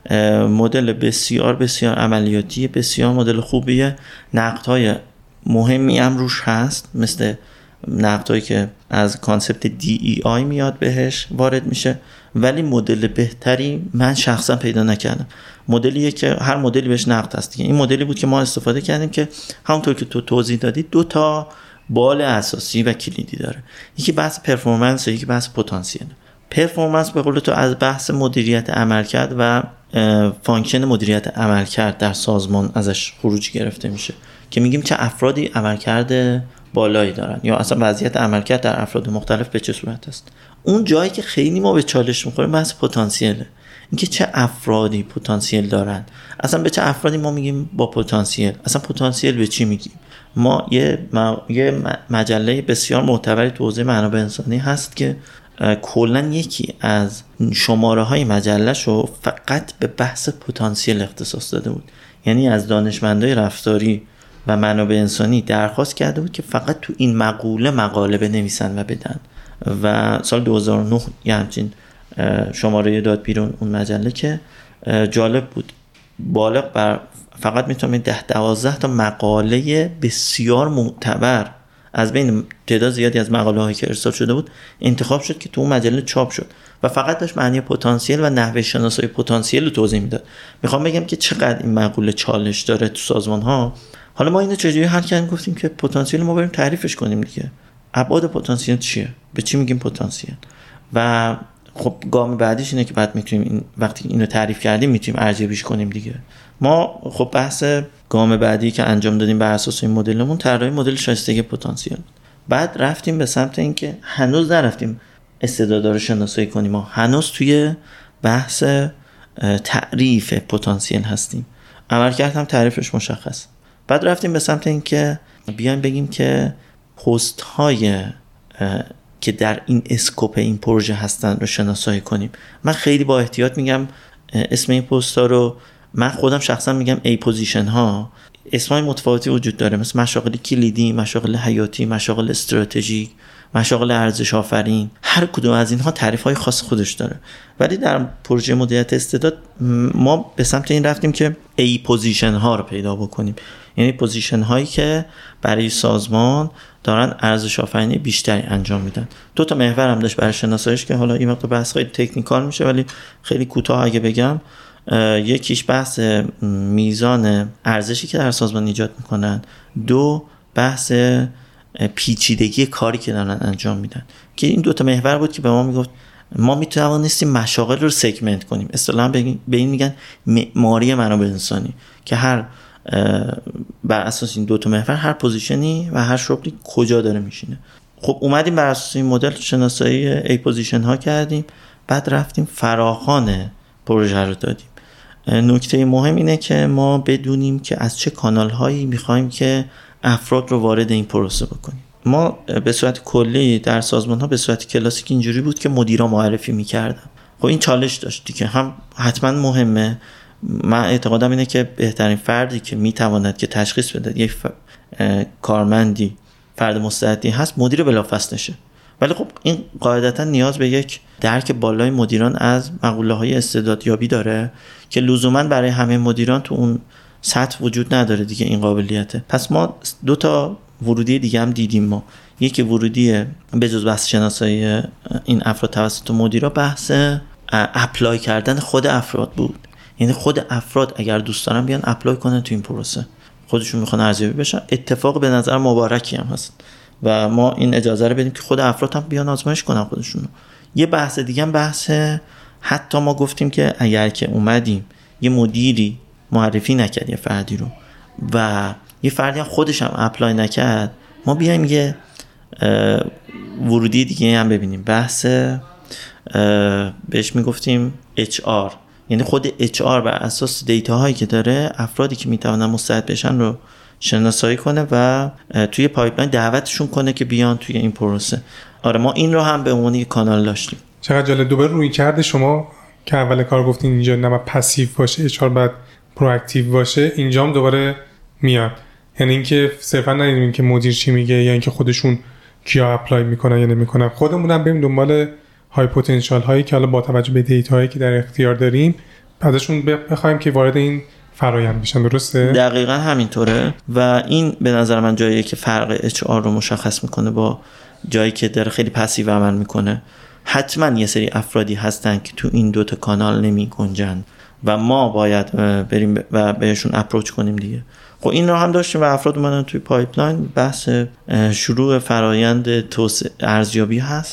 مدل بسیار بسیار عملیاتی، بسیار مدل خوبیه. نقدهای مهمی هم روش هست، مثل نقدهایی که از کانسپت دی ای آی میاد بهش وارد میشه، ولی مدل بهتری من شخصا پیدا نکردم. مدلیه که هر مدلی بهش نقد هست. این مدلی بود که ما استفاده کردیم که همونطور که تو توضیح دادی دو تا بال اساسی و کلیدی داره. یکی بحث پرفورمنس، یکی بحث پتانسیل. پرفورمنس به قول تو از بحث مدیریت عملکرد و فانکشن مدیریت عملکرد در سازمان ازش خروج گرفته میشه که میگیم چه افرادی عملکرد بالایی دارن یا اصلا وضعیت عملکرد در افراد مختلف به چه صورت است. اون جایی که خیلی ما به چالش میخوریم بحث پتانسیله، اینکه چه افرادی پتانسیل دارن. اصلا به چه افرادی ما میگیم با پتانسیل؟ اصلا پتانسیل به چی میگیم؟ ما یه م... یه مجله بسیار معتبری تو حوزه منابع انسانی هست که کلا یکی از شماره های مجلهشو فقط به بحث پتانسیل اختصاص داده بود. یعنی از دانشمندای رفتاری و منابع انسانی درخواست کرده بود که فقط تو این مقوله مقاله بنویسن و بدن و سال دو هزار و نه یه همچین شماره داد بیرون اون مجله که جالب بود. بالغ بر فقط میتونم ده دوازده تا مقاله بسیار معتبر از بین تعداد زیادی از مقاله هایی که ارسال شده بود انتخاب شد که تو اون مجله چاپ شد و فقط داشت معنی پتانسیل و نحوه شناسایی پتانسیل رو توضیح میداد. میخوام بگم که چقدر این مقوله چالش داره تو سازمان ها. حالا ما اینو چجوری حل کردیم؟ گفتیم که پتانسیل ما بریم تعریفش کنیم دیگه. ابعاد پتانسیل چیه؟ به چی میگیم پتانسیل؟ و خب گام بعدیش اینه که بعد میتونیم این وقتی اینو تعریف کردیم میتونیم ارزیابیش کنیم دیگه. ما خب بحث گام بعدی که انجام دادیم بر اساس این مدلمون طراحی مدل شایستگی پتانسیل. بعد رفتیم به سمت اینکه هنوز نرفتیم استعدادا رو شناسایی کنیم، ما هنوز توی بحث تعریف پتانسیل هستیم. عملکرد هم تعریفش مشخص. بعد رفتیم به سمت اینکه بیایم بگیم که پست های که در این اسکوپ این پروژه هستن رو شناسایی کنیم. من خیلی با احتیاط میگم اسم این پست ها رو. من خودم شخصا میگم ای پوزیشن ها اسمای متفاوتی وجود داره، مثل مشاغل کلیدی، مشاغل حیاتی، مشاغل استراتژیک، مشاغل ارزش آفرین. هر کدوم از اینها تعریف های خاص خودش داره. ولی در پروژه مدیریت استعداد ما به سمت این رفتیم که ای پوزیشن ها رو پیدا بکنیم، یعنی پوزیشن هایی که برای سازمان دارن ارزش آفرینی بیشتری انجام میدن. دو تا محور هم داشت برای شناساییش که حالا این وقت بحث خیلی تکنیکال میشه ولی خیلی کوتاه اگه بگم، یکیش بحث میزان ارزشی که در سازمان ایجاد میکنن، دو بحث پیچیدگی کاری که دارن انجام میدن، که این دو تا محور بود که به ما میگفت ما میتوانستیم مشاغل رو سگمنت کنیم. اصطلاحاً به این میگن معماری منابع انسانی، که هر بر اساس این دو تا محور هر پوزیشنی و هر شغلی کجا داره میشینه. خب اومدیم بر اساس این مدل شناسایی ای پوزیشن ها کردیم. بعد رفتیم فراخوان پروژه رو دادیم. نکته مهم اینه که ما بدونیم که از چه کانال هایی میخوایم که افراد رو وارد این پروسه بکنیم. ما به صورت کلی در سازمان ها به صورت کلاسیک اینجوری بود که مدیرا معرفی میکردن. خب این چالش داشتی که هم حتما مهمه. من اعتقادم اینه که بهترین فردی که میتواند که تشخیص بده یک ف... کارمندی فرد مستعدی هست مدیر بلافاصله. ولی خب این قاعدتا نیاز به یک درک بالای مدیران از مقوله های استعدادیابی داره که لزوما برای همه مدیران تو اون سطح وجود نداره دیگه این قابلیته. پس ما دو تا ورودی دیگه هم دیدیم. ما یکی ورودی به جز بحث شناسایی این افراد توسط مدیرا بحث اپلای کردن خود افراد بود. یعنی خود افراد اگر دوست دارن بیان اپلای کنن تو این پروسه، خودشون میخوان ارزیابی بشن. اتفاق به نظر مبارکی هم هست و ما این اجازه رو بدیم که خود افراد هم بیان آزمایش کنن خودشونو. یه بحث دیگه هم بحث حتی ما گفتیم که اگر که اومدیم یه مدیری معرفی نکرد یه فردی رو و یه فردی هم خودش هم اپلای نکرد، ما بیایم یه ورودی دیگه هم ببینیم. بحث بهش میگفتیم اچ آر، یعنی خود اچ آر بر اساس دیتا هایی که داره افرادی که میتونن مستعد بشن رو شناسایی کنه و توی پایپلاین دعوتشون کنه که بیان توی این پروسه. آره ما این رو هم به عنوان یک کانال داشتیم. چقدر جالب. دوباره روی کرده شما که اول کار گفتین اینجا نه پسیو باشه اچ آر، بعد پرواکتیو باشه، اینجا هم دوباره میاد. یعنی اینکه صرفا نمیدونیم که مدیر چی میگه یا اینکه خودشون کیا اپلای میکنن یا نمیکنن، خودمون هم بریم دنبال های پتانسیال هایی که حالا با توجه به دیتاهایی که در اختیار داریم ازشون بخوایم که وارد این فرآیند بشن. درسته؟ دقیقاً همینطوره و این به نظر من جاییه که فرق اچ آر رو مشخص میکنه با جایی که داره خیلی پسیو عمل میکنه. حتما یه سری افرادی هستن که تو این دوتا کانال نمی گنجن و ما باید بریم و بهشون اپروچ کنیم دیگه. خب این رو هم داشتیم و افراد اومدن توی پایپلاین. بحث شروع فرآیند توسعه ارزیابی هست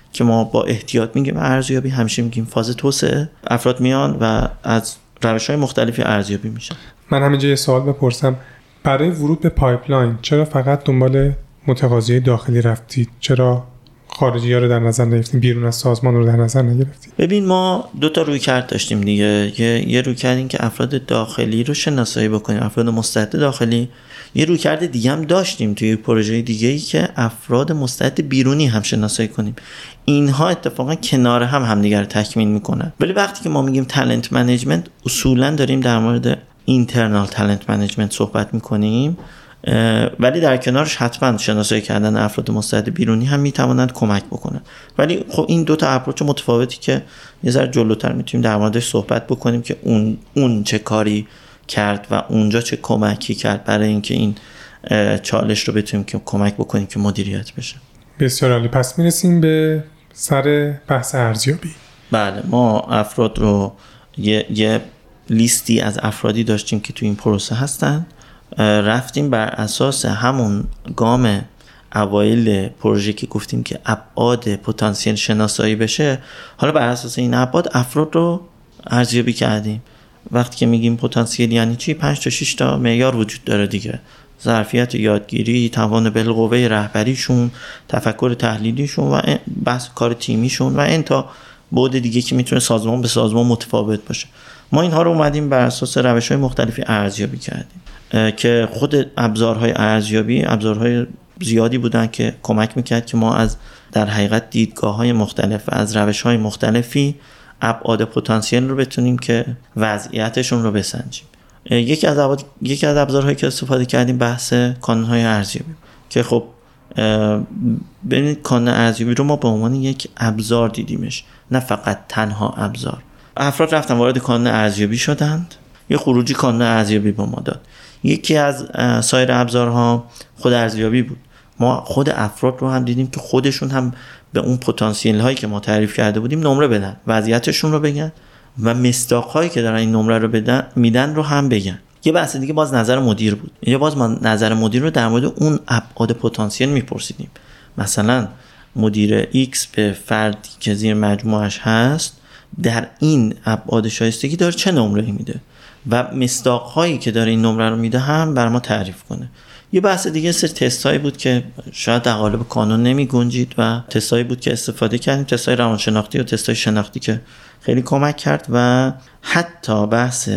که ما با احتیاط میگیم ارزیابی، همیشه میگیم فاز توسعه. افراد میان و از روش‌های مختلفی ارزیابی میشن. من همینجا یه سوال بپرسم، برای ورود به پایپلاین چرا فقط دنبال متقاضی داخلی رفتید؟ چرا خارجی‌ها رو در نظر نگرفتید، بیرون از سازمان رو در نظر نگرفتید؟ ببین ما دو تا رویکرد داشتیم دیگه. یه یه رویکرد این که افراد داخلی رو شناسایی بکنیم، افراد مستعد داخلی. یه رویکرد دیگه هم داشتیم توی پروژه دیگه‌ای که افراد مستعد بیرونی هم شناسایی کنیم. اینها اتفاقا کنار هم همدیگر رو تکمیل میکنن. ولی وقتی که ما میگیم تالنت منیجمنت، اصولا داریم در مورد اینترنال تالنت منیجمنت صحبت میکنیم، ولی در کنارش حتما شناسایی کردن افراد مستعد بیرونی هم میتوانند کمک بکنن. ولی خب این دو تا اپروچ متفاوتی که یه ذره جلوتر میتونیم در موردش صحبت بکنیم که اون اون چه کاری کرد و اونجا چه کمکی کرد برای اینکه این چالش رو بتونیم که کمک بکنیم که مدیریت بشه. بسیار عالی. پس میرسیم به سر بحث ارزیابی. بله، ما افراد رو یه, یه لیستی از افرادی داشتیم که تو این پروسه هستن. رفتیم بر اساس همون گام اوایل پروژه که گفتیم که ابعاد پتانسیل شناسایی بشه، حالا بر اساس این ابعاد افراد رو ارزیابی کردیم. وقتی که میگیم پتانسیل یعنی چی؟ پنج تا شش تا معیار وجود داره دیگه. ظرفیت یادگیری، توان بالقوه رهبریشون، تفکر تحلیلیشون و بحث کار تیمیشون و این تا بعد دیگه که میتونه سازمان به سازمان متفاوت باشه. ما اینها رو اومدیم بر اساس روش‌های مختلفی ارزیابی کردیم که خود ابزارهای ارزیابی ابزارهای زیادی بودن که کمک میکرد که ما از در حقیقت دیدگاه‌های مختلف و از روش‌های مختلفی ابعاد پتانسیل رو بتونیم که وضعیتشون رو بسنجیم. یکی از ابعاد یکی از ابزارهایی که استفاده کردیم بحث کانون‌های ارزیابی که خب ببینید کانون ارزیابی رو ما به عنوان یک ابزار دیدیمش، نه فقط تنها ابزار. افراد رفتن وارد کانون ارزیابی شدند، یه خروجی کانون ارزیابی به ما داد. یکی از سایر ابزارها خود ارزیابی بود. ما خود افراد رو هم دیدیم که خودشون هم به اون پتانسیل هایی که ما تعریف کرده بودیم نمره بدن، وضعیتشون رو بگن و مصداق هایی که دارن این نمره رو بدن میدن رو هم بگن. یه بحث دیگه باز نظر مدیر بود. یه باز ما نظر مدیر رو در مورد اون ابعاد پتانسیل میپرسیدیم. مثلا مدیر X به فردی که زیر مجموعش هست در این ابعاد شایستگی داره چه نمره‌ای میده و مصداق هایی که داره این نمره رو میده هم بر ما تعریف کنه. یه بحث دیگه سر تستایی بود که شاید در قالب کانون نمی گنجید و تستایی بود که استفاده کردیم، تستای روانشناختی و تستای شناختی که خیلی کمک کرد و حتی بحث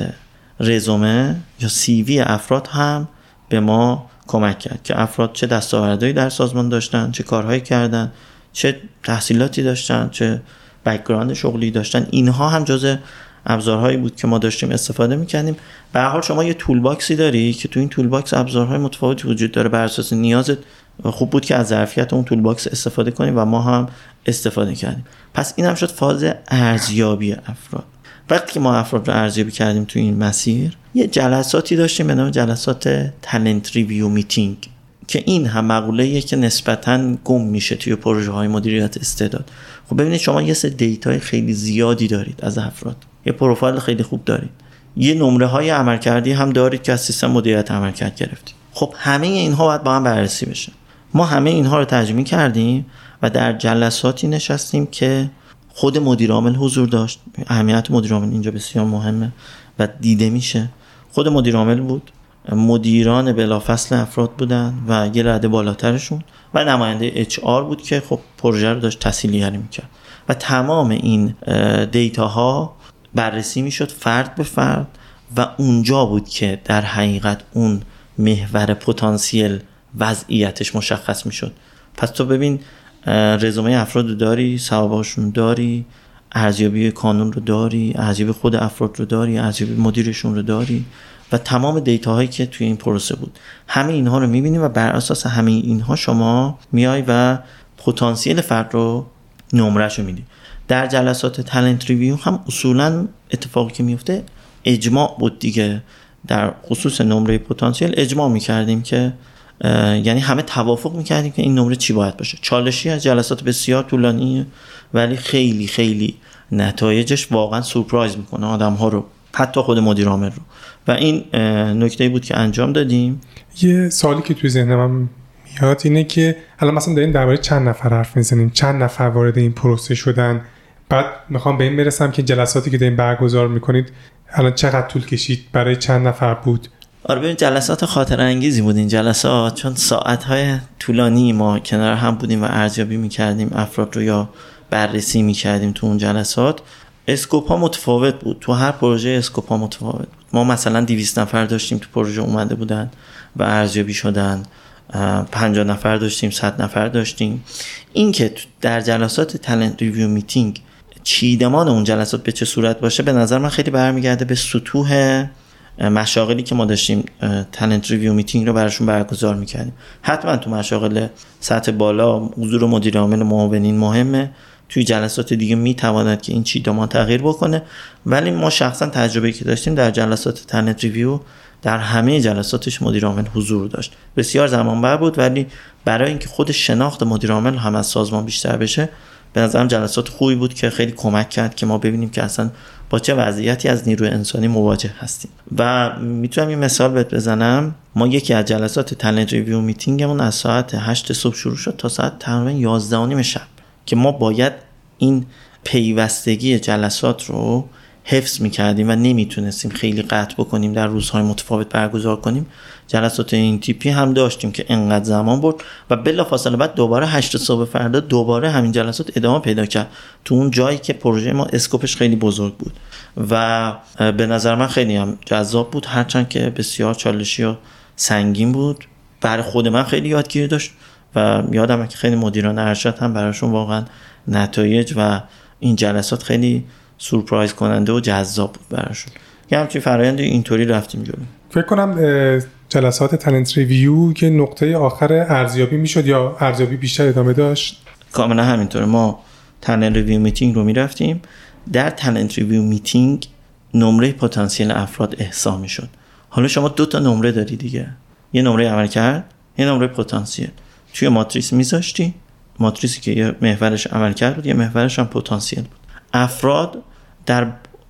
رزومه یا سی وی افراد هم به ما کمک کرد که افراد چه دستاوردهایی در سازمان داشتن، چه کارهایی کردن، چه تحصیلاتی داشتن، چه بک‌گراند شغلی داشتن. اینها هم جزء ابزارهایی بود که ما داشتیم استفاده می‌کردیم. به هر حال شما یه تول باکسی داری که تو این تول باکس ابزارهای متفاوتی وجود داره بر اساس نیازت. خوب بود که از ظرفیت اون تول باکس استفاده کنیم و ما هم استفاده کردیم. پس این هم شد فاز ارزیابی افراد. وقتی که ما افراد رو ارزیابی کردیم تو این مسیر، یه جلساتی داشتیم به نام جلسات تالنت ریویو میتینگ که این هم مقوله‌ایه که نسبتاً گم میشه توی پروژه‌های مدیریت استعداد. خب ببینید شما یه سری دیتای خیلی زیادی دارید از افراد، یه پروفایل خیلی خوب دارید، یه نمره‌های عملکردی هم دارید که از سیستم مدیریت عملکرد گرفتید. خب همه اینها باید با هم بررسی بشه. ما همه اینها رو ترجمه کردیم و در جلساتی نشستیم که خود مدیر عامل حضور داشت. اهمیت مدیر عامل اینجا بسیار مهمه و دیده میشه. خود مدیر عامل بود، مدیران بلافصل افراد بودن و یه رده بالاترشون و نماینده اچ آر بود که خب پروژه رو داشت تسهیل‌گری میکرد و تمام این دیتاها بررسی میشد فرد به فرد و اونجا بود که در حقیقت اون محور پتانسیل وضعیتش مشخص میشد. پس تو ببین رزومه افراد رو داری، سوابقشون داری، ارزیابی کانون رو داری، ارزیابی خود افراد رو داری، ارزیابی مدیرشون رو داری و تمام دیتاهایی که توی این پروسه بود، همه اینها رو می‌بینی و بر اساس همه اینها شما میای و پتانسیل فرد رو نمره‌شو میدی. در جلسات تالنت ریویو هم اصولاً اتفاقی که میفته اجماع بود دیگه. در خصوص نمره پتانسیل اجماع می‌کردیم که یعنی همه توافق می‌کردیم که این نمره چی باید باشه. چالشی از جلسات بسیار طولانیه ولی خیلی خیلی نتایجش واقعاً سورپرایز می‌کنه آدم‌ها رو، حتی خود مدیر عامل رو. و این نکته‌ای بود که انجام دادیم. یه سوالی که توی ذهنم میاد اینه که الان مثلا داریم درباره چند نفر حرف میزنیم، چند نفر وارد این پروسه شدن، بعد میخوام به این برسم که جلساتی که داریم برگزار میکنید الان چقدر طول کشید، برای چند نفر بود؟ آره ببین جلسات خاطره انگیزی بود این جلسات، چون ساعت‌های طولانی ما کنار هم بودیم و ارزیابی میکردیم افراد رو یا بررسی میکردیم. تو اون جلسات اسکوپ ها متفاوت بود، تو هر پروژه اسکوپ ها متفاوت بود. ما مثلا دویست نفر داشتیم تو پروژه اومده بودن و ارزیابی شدن، پنجاه نفر داشتیم، صد نفر داشتیم. این که در جلسات تالنت ریویو میتینگ چیدمان اون جلسات به چه صورت باشه، به نظر من خیلی برمیگرده به سطوح مشاغلی که ما داشتیم تالنت ریویو میتینگ رو براشون برگزار میکردیم. حتما تو مشاغل سطح بالا حضور مدیر عامل معاونین مهمه، توی جلسات دیگه میتواند که این چیدمان تغییر بکنه، ولی ما شخصا تجربه‌ای که داشتیم در جلسات تالنت ریویو در همه جلساتش مدیر عامل حضور داشت. بسیار زمانبر بود، ولی برای اینکه خود شناخت مدیر عامل هم از سازمان بیشتر بشه به نظرم جلسات خوبی بود که خیلی کمک کرد که ما ببینیم که اصلا با چه وضعیتی از نیروی انسانی مواجه هستیم. و میتونم یه مثال بهت بزنم، ما یکی از جلسات تالنت ریویو میتینگمون از ساعت هشت صبح شروع شد تا ساعت تقریبا یازده و نیم شب که ما باید این پیوستگی جلسات رو حفظ میکردیم و نمیتونستیم خیلی قطع بکنیم در روزهای متفاوت برگزار کنیم. جلسات این تیپی هم داشتیم که انقدر زمان برد و بلافاصله بعد دوباره هشت صبح فردا دوباره همین جلسات ادامه پیدا کرد تو اون جایی که پروژه ما اسکوپش خیلی بزرگ بود و به نظر من خیلی هم جذاب بود، هرچند که بسیار چالشی و سنگین بود. برای خود من خیلی یادگیری داشت و یادمه که خیلی مدیران ارشد هم براشون واقعا نتایج و این جلسات خیلی سورپرایز کننده و جذاب بود براشون. یه همچین فرآیند اینطوری رفتیم جلو. فکر کنم جلسات تالنت ریویو که نقطه آخر ارزیابی میشد یا ارزیابی بیشتر ادامه داشت؟ کاملا همینطوره. ما تالنت ریویو میتینگ رو میرفتیم، در تالنت ریویو میتینگ نمره پتانسیل افراد احصا میشد. حالا شما دو تا نمره داری دیگه، یه نمره عملکرد، یه نمره پتانسیل. توی ماتریس میذاشتی، ماتریسی که یه محورش عملکرد بود، یه محورش هم پتانسیل بود. افراد در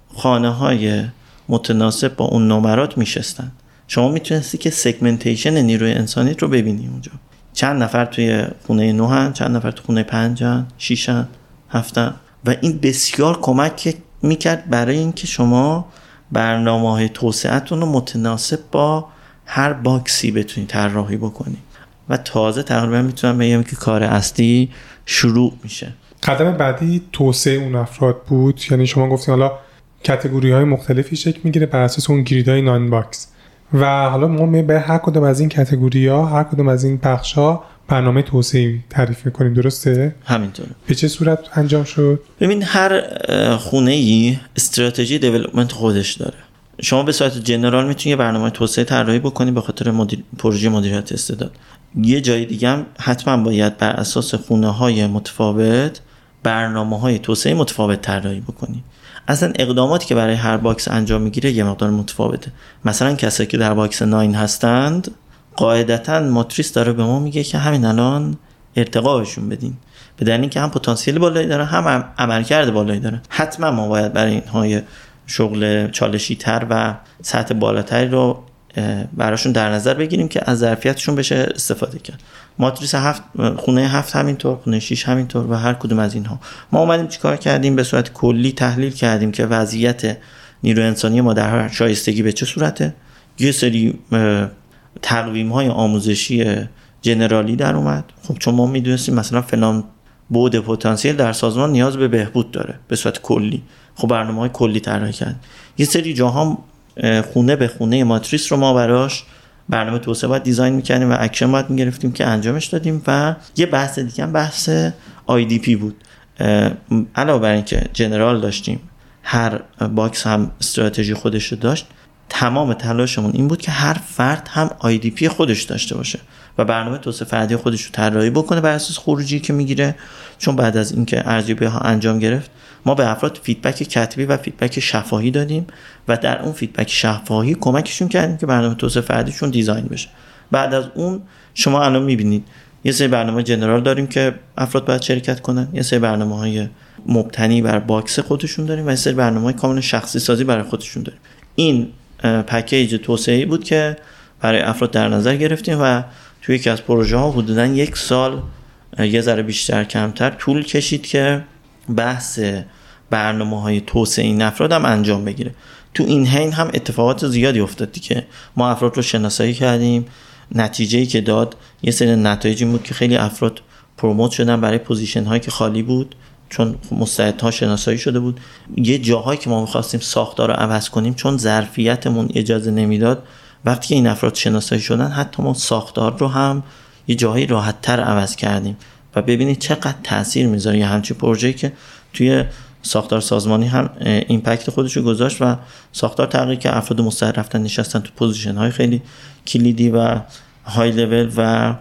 خانه‌های متناسب با اون نمرات میشستن. شما میتونستی که سگمنتیشن نیروی انسانی رو ببینی اونجا. چند نفر توی خونه نه هن، چند نفر توی خونه پنج هن، شیش هن، هفت هن. و این بسیار کمک میکرد برای اینکه شما برنامه‌های توسعه‌تون رو متناسب با هر باکسی بتونید طراحی بکنید. و تازه تقریبا میتونم بگم که کار اصلی شروع میشه. قدم بعدی توسعه اون افراد بود، یعنی شما گفتین حالا کاتگوری‌های مختلفی شکل میگیره بر اساس اون گریدهای نان باکس و حالا ما به هر کدوم از این کاتگوری‌ها، هر کدوم از این بخش‌ها برنامه توسعه تعریف می‌کنیم، درسته؟ همینطوره. به چه صورت انجام شد؟ ببین هر خونه‌ای استراتژی دیولپمنت خودش داره. شما به صورت جنرال میتونی یه برنامه توسعه طراحی بکنی به خاطر مدیر... پروژه مدیریت استعداد. یه جای دیگه هم حتما باید بر اساس خونه‌های متفاوت برنامه‌های توسعه متفاوت طراحی بکنی. اصلا اقداماتی که برای هر باکس انجام میگیره یه مقدار متفاوته. مثلا کسایی که در باکس نه هستند قاعدتاً ماتریس داره به ما میگه که همین الان ارتقاشون بدین، به دلیل اینکه هم پتانسیل بالایی داره هم عملکرد بالایی داره. حتما ما باید برای اینها شغل چالشی تر و سطح بالاتری رو براشون در نظر بگیریم که از ظرفیتشون بشه استفاده کرد. ماتریس هفت، خونه هفت همینطور، خونه شیش همینطور و هر کدوم از اینها. ما اومدیم چیکار کردیم؟ به صورت کلی تحلیل کردیم که وضعیت نیروی انسانی ما در هر شایستگی به چه صورته. یه سری تقویم‌های آموزشی جنرالی در اومد. خب چون ما میدونستیم مثلا فلان بعد پتانسیل در سازمان نیاز به بهبود داره به صورت کلی، خب برنامه‌های کلی طراحی کرد. یه سری جاها خونه به خونه ماتریس رو ما براش برنامه توسعه باید دیزاین می‌کردیم و اکشن باید می‌گرفتیم که انجامش دادیم. و یه بحث دیگه هم بحث آی دی پی بود. علاوه بر اینکه جنرال داشتیم، هر باکس هم استراتژی خودش رو داشت، تمام تلاشمون این بود که هر فرد هم آی دی پی خودش داشته باشه و برنامه توسعه فردی خودش رو طراحی بکنه بر اساس خروجی که میگیره. چون بعد از اینکه ارزیابی ها انجام گرفت، ما به افراد فیدبک کتبی و فیدبک شفاهی دادیم و در اون فیدبک شفاهی کمکشون کردیم که برنامه توسعه فردیشون دیزاین بشه. بعد از اون شما الان میبینید یه سری برنامه جنرال داریم که افراد باید شرکت کنن، یه سری برنامه‌های مبتنی بر باکس خودشون داریم و یه سری برنامه‌های کاملا شخصی سازی برای خودشون داریم. این پکیج توسعه‌ای بود که برای افراد در نظر گرفتیم و توی یکی از پروژه ها حدوداً یک سال یه ذره بیشتر کمتر طول کشید که بحث برنامه‌های توسعه این افراد هم انجام بگیره. تو این حین هم اتفاقات زیادی افتاد که ما افراد رو شناسایی کردیم. نتیجه‌ای که داد یه سری نتایجی بود که خیلی افراد پروموت شدن برای پوزیشن هایی که خالی بود چون مستعدها شناسایی شده بود. یه جاهایی که ما می‌خواستیم ساختار رو عوض کنیم چون ظرفیتمون اجازه نمیداد، وقتی که این افراد شناسایی شدن حتی ما ساختار رو هم یه جاهایی راحت‌تر عوض کردیم و ببینید چقدر تأثیر میذاره یه همچین پروژه‌ای که توی ساختار سازمانی هم ایمپکت خودش رو گذاشت و ساختار تغییر که افراد مستعد رفتن نشستن تو پوزیشن های خیلی کلیدی و های لول و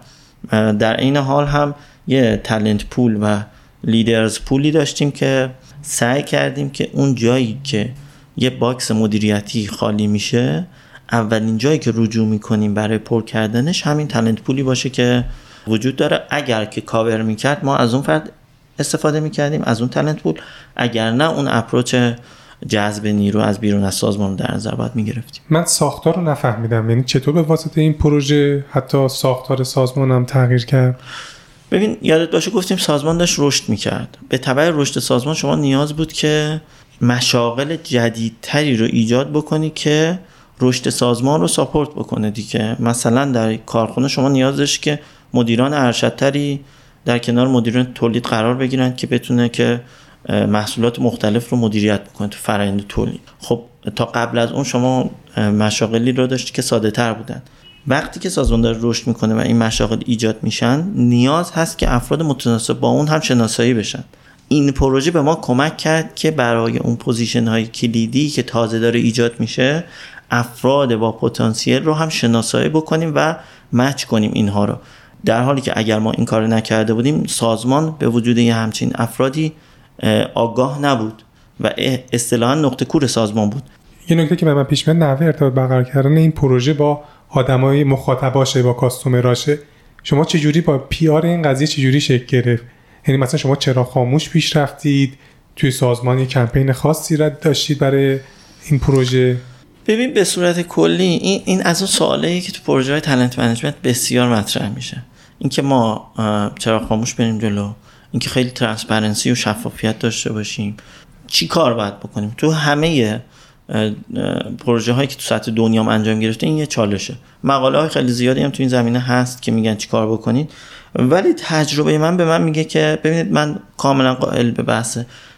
در این حال هم یه تالنت پول و لیدرز پولی داشتیم که سعی کردیم که اون جایی که یه باکس مدیریتی خالی میشه اولین جایی که رجوع میکنیم برای پر کردنش همین تالنت پولی باشه که وجود داره. اگر که کاور میکرد ما از اون فرد استفاده میکردیم، از اون تالنت پول، اگر نه اون اپروچ جذب نیرو از بیرون از سازمان رو در نظر باید میگرفتیم. من ساختار رو نفهمیدم، یعنی چطور به واسطه این پروژه حتی ساختار سازمان هم تغییر کرد؟ ببین یادت باشه گفتیم سازمان داشت رشد میکرد. به تبع رشد سازمان شما نیاز بود که مشاغل جدیدتری رو ایجاد بکنی که رشد سازمان رو ساپورت بکنه دیگه. مثلا در کارخونه شما نیاز داشت که مدیران ارشدتری در کنار مدیران تولید قرار بگیرن که بتونه که محصولات مختلف رو مدیریت بکنه تو فرآیند تولید. خب تا قبل از اون شما مشاغلی رو داشتی که ساده تر بودن. وقتی که سازمان داره رشد میکنه و این مشاغل ایجاد میشن نیاز هست که افراد متناسب با اون هم شناسایی بشن. این پروژه به ما کمک کرد که برای اون پوزیشن های کلیدی که تازه داره ایجاد میشه افراد با پتانسیل رو هم شناسایی بکنیم و مچ کنیم اینها رو، در حالی که اگر ما این کار نکرده بودیم سازمان به وجود یه همچین افرادی آگاه نبود و اصطلاحاً نقطه کور سازمان بود. یه نکته که من پیش میاد نحوه ارتباط برقرار کردن این پروژه با آدمای مخاطباشه، با کاستومراشه. شما چه جوری با پی آر این قضیه چه جوری شکل گرفت؟ یعنی مثلا شما چرا خاموش پیش رفتید؟ توی سازمان یه کمپین خاصی را داشتید برای این پروژه؟ ببین به صورت کلی این این از اون سوالایی که تو پروژه‌های تالنت منیجمنت بسیار مطرح میشه. اینکه ما چرا خاموش بریم جلو، اینکه خیلی ترانسپرنسی و شفافیت داشته باشیم، چی کار باید بکنیم. تو همه پروژه هایی که تو سطح دنیا هم انجام گرفته این یه چالشه. مقاله های خیلی زیادی هم تو این زمینه هست که میگن چی کار بکنید، ولی تجربه من به من میگه که ببینید من کاملا قائل به بحث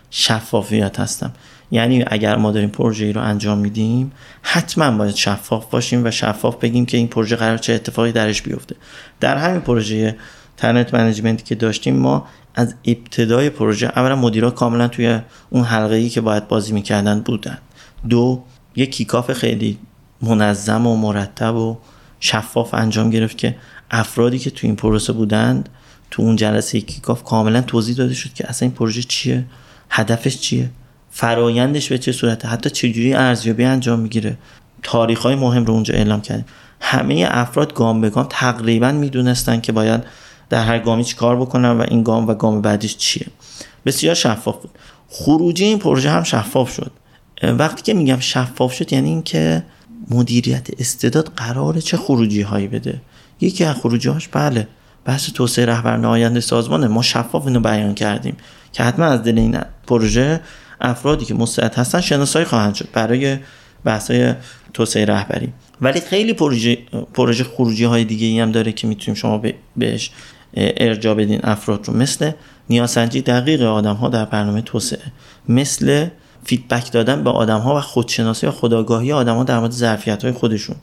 شفافیت هستم. یعنی اگر ما داریم پروژه‌ای رو انجام میدیم حتما باید شفاف باشیم و شفاف بگیم که این پروژه قرار چه اتفاقی درش بیفته. در همین پروژه تالنت منیجمنتی که داشتیم ما از ابتدای پروژه اولا مدیرا کاملا توی اون حلقه‌ای که باید بازی میکردن بودن. دو، یک کیکاف خیلی منظم و مرتب و شفاف انجام گرفت که افرادی که تو این پروسه بودند تو اون جلسه کیکاف کاملا توضیح داده شد که اصلا این پروژه چیه، هدفش چیه، فرایندش به چه صورته، حتی چجوری ارزیابی انجام میگیره. تاریخ‌های مهم رو اونجا اعلام کردیم. همه افراد گام به گام تقریبا میدونستن که باید در هر گامی چی کار بکنن و این گام و گام بعدیش چیه. بسیار شفاف بود. خروجی این پروژه هم شفاف شد. وقتی که میگم شفاف شد یعنی این که مدیریت استعداد قراره چه خروجی هایی بده. یکی از خروجی هاش بله بحث توسعه رهبران آینده سازمانه. ما شفاف اینو بیان کردیم که حتما از دل این پروژه افرادی که مستعد هستن شناسایی خواهند شد برای بحث‌های توسعه رهبری. ولی خیلی پروژه پروژه خروجی های دیگه ای هم داره که میتونیم شما بهش ارجاع بدین افراد رو، مثل نیازسنجی دقیق آدم ها در برنامه توسعه، مثل فیدبک دادن به آدم ها و خودشناسی و خودآگاهی آدم ها در مورد ظرفیت های خودشون،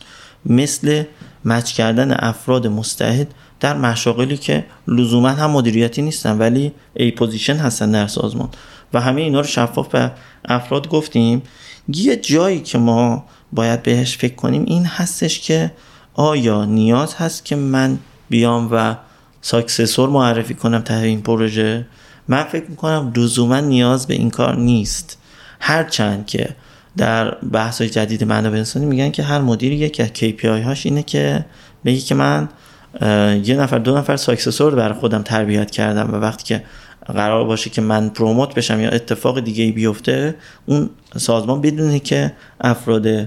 مثل مچ کردن افراد مستعد در مشاغلی که لزوما هم مدیریتی نیستن ولی ای پوزیشن هستن در سازمان و همه اینا رو شفاف به افراد گفتیم. یه جایی که ما باید بهش فکر کنیم این هستش که آیا نیاز هست که من بیام و ساکسسور معرفی کنم ته این پروژه؟ من فکر میکنم لزوما نیاز به این کار نیست، هرچند که در بحث‌های جدید منابع انسانی میگن که هر مدیری یکی از کی پی آی هاش اینه که بگه که من یه نفر دو نفر ساکسسور برای خودم تربیت کردم و وقتی که قرار باشه که من پروموت بشم یا اتفاق دیگه ای بیفته اون سازمان بدونه که افراد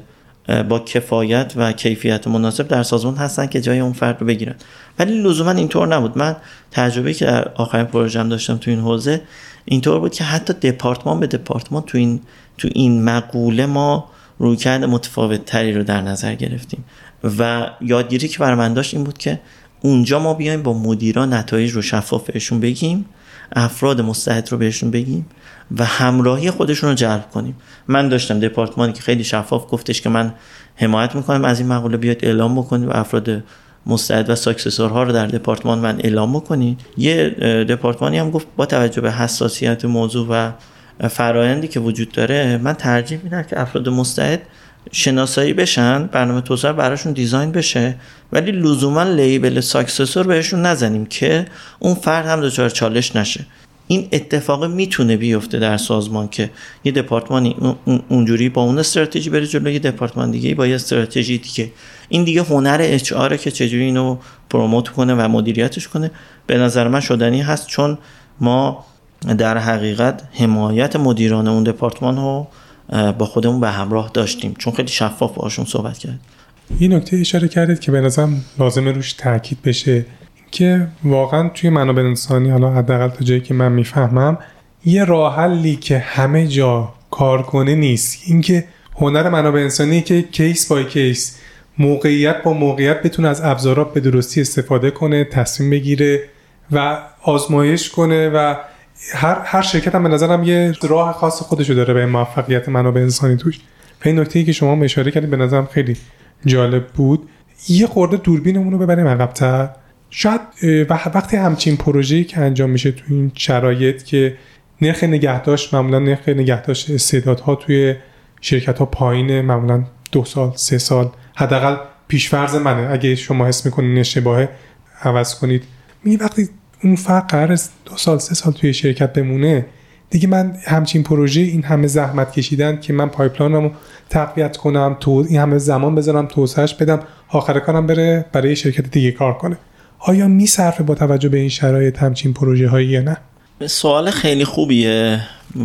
با کفایت و کیفیت مناسب در سازمان هستن که جای اون فرد رو بگیرن. ولی لزوما اینطور نبود. من تجربه‌ای که در آخرین پروژه‌ام داشتم تو این حوزه اینطور بود که حتی دپارتمان به دپارتمان تو این تو این مقوله ما رویکرد متفاوت تری رو در نظر گرفتیم و یادگیری که برای من داشت این بود که اونجا ما بیایم با مدیران نتایج رو شفاف بهشون بگیم، افراد مستعد رو بهشون بگیم و همراهی خودشون رو جلب کنیم. من داشتم دپارتمانی که خیلی شفاف گفتش که من حمایت میکنم از این مقوله، بیاید اعلام بکنید و افراد مستعد و ساکسسورها رو در دپارتمان من اعلام بکنید. یه دپارتمانی هم گفت با توجه به حساسیت موضوع و فرآیندی که وجود داره من ترجیح میدم که افراد مستعد شناسایی بشن، برنامه توسعه براشون دیزاین بشه، ولی لزوما لیبل ساکسسور بهشون نزنیم که اون فرد هم دچار چالش نشه. این اتفاق میتونه بیفته در سازمان که یه دپارتمانی اونجوری با اون استراتژی بره جلو، یه دپارتمان دیگه با یه استراتژی دیگه. این دیگه هنر اچ آر که چجوری اینو پروموت کنه و مدیریتش کنه. به نظر من شدنی هست، چون ما در حقیقت حمایت مدیران اون دپارتمان رو با خودمون به همراه داشتیم، چون خیلی شفاف باشون صحبت کرد. این نکته اشاره کردید که به نظرم لازمه روش تاکید بشه که واقعا توی منابع انسانی، حالا حداقل تا جایی که من میفهمم، یه راه حلی که همه جا کار کنه نیست. اینکه هنر منابع انسانی که کیس بای کیس، موقعیت با موقعیت بتونه از ابزارات به درستی استفاده کنه، تصمیم بگیره و آزمایش کنه و هر هر شرکت هم به نظرم یه راه خاص خودشو داره به موفقیت منابع انسانی توش. به این نکته‌ای که شما اشاره کردید به نظرم خیلی جالب بود. یه خورده دوربینمون رو ببریم عقب‌تر. شاید وقتی همچین پروژه‌ای که انجام میشه تو این شرایط که نرخ نگهداشت، معمولا نرخ نگهداشت استعدادها توی شرکت‌ها پایینه، معمولا دو سال سه سال، حداقل پیش‌فرض منه، اگه شما حس می‌کنین اشتباهه عوض کنید. می وقتی اون فرق قراره دو سال سه سال توی شرکت بمونه، دیگه من همچین پروژه این همه زحمت کشیدن که من پایپلاینمو تقویت کنم، تو این همه زمان بذارم توسعهش بدم، آخر کارم بره برای شرکت دیگه کار کنه، آیا میصرفه با توجه به این شرایط همچین پروژه هایی یا نه؟ سوال خیلی خوبیه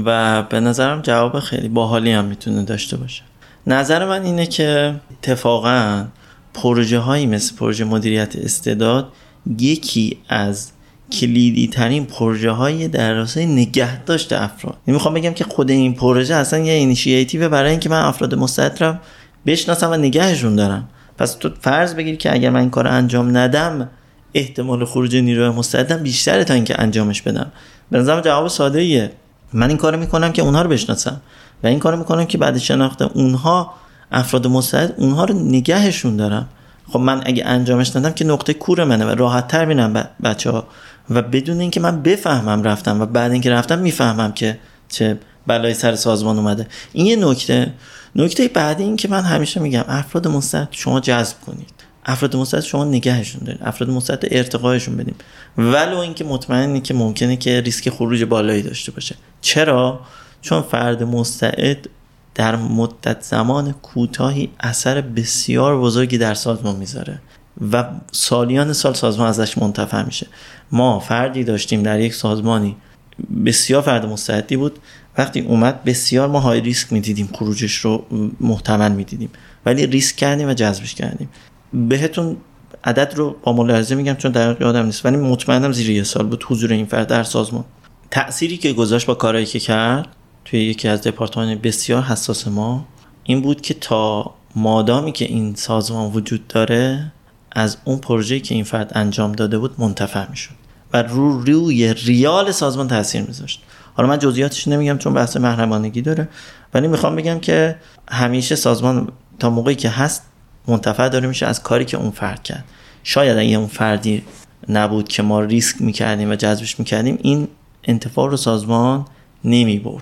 و به نظرم جواب خیلی باحالی هم میتونه داشته باشه. نظر من اینه که اتفاقاً پروژه هایی مثل پروژه مدیریت استعداد یکی از کلیدی ترین پروژه های در راستای نگهداشت افراد. نمیخوام بگم که خود این پروژه اصلا یه اینیشیتیو برای اینکه من افراد مستعد رو بشناسم و نگهشون دارم. پس تو فرض بگیر که اگر من این کار انجام ندم احتمال خروج نیروی مستعدم بیشتره تا اینکه انجامش بدم. به نظرم جواب ساده ایه. من این کارو میکنم که اونها رو بشناسم و این کارو میکنم که بعد شناخت اونها افراد مستعد اونها رو نگهشون دارم. خب من اگه انجامش ندم که نقطه کور منه و راحت تر بینم بچه‌ها و بدون اینکه من بفهمم رفتم و بعد اینکه رفتم میفهمم که چه بلایی سر سازمان اومده. این یه نکته. نکته بعدی این که من همیشه میگم افراد مستعد شما جذب کنید، افراد مستعد شما نگهشون دارید، افراد مستعد ارتقایشون بدیم، ولو اینکه مطمئنی که ممکنه که ریسک خروج بالایی داشته باشه. چرا؟ چون فرد مستعد در مدت زمان کوتاهی اثر بسیار بزرگی در سازمان میذاره و سالیان سال سازمان ازش منتفع میشه. ما فردی داشتیم در یک سازمانی بسیار فرد مستعدی بود، وقتی اومد بسیار ما های ریسک میدیدیم، خروجش رو محتمل میدیدیم، ولی ریسک کردیم و جذبش کردیم. بهتون عدد رو با ملاحظه میگم چون دقیق یادم نیست، ولی مطمئنم زیر یه سال بود حضور این فرد در سازمان. تأثیری که گذاشت با کارهایی که کرد توی یکی از دپارتمان بسیار حساس ما این بود که تا مادامی که این سازمان وجود داره از اون پروژه‌ای که این فرد انجام داده بود منتفع میشد و رو روی ریال سازمان تاثیر میذاشت. حالا من جزئیاتش نمیگم چون بحث محرمانگی داره، ولی میخوام بگم که همیشه سازمان تا موقعی که هست منتفع داره میشه از کاری که اون فرد کرد. شاید اگه اون فردی نبود که ما ریسک میکردیم و جذبش میکردیم این انتفاع رو سازمان نمیبرد.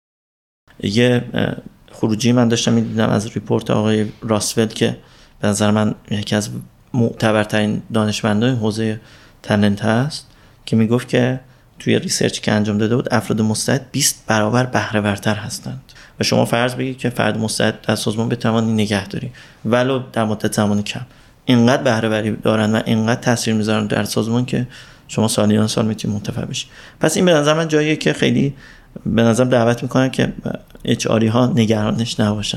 یه خروجی من داشتم میدیدم از ریپورت آقای راسفلد که به نظر من یکی از معتبرترین دانشمندان حوزه تالنت هست که میگفت که توی ریسرچ که انجام داده بود افراد مستعد بیست برابر بهره ورتر هستند و شما فرض بگید که فرد مستعد در سازمان بتوانی نگه داری ولو در مدت زمان کم، اینقدر بهره وری دارن و اینقدر تاثیر میذارن در سازمان که شما سالیان سال میتونید منتفع بشی. پس این به نظر من جاییه که خیلی به نظر دعوت میکنن که اچ آری ها نگرانش نباشن.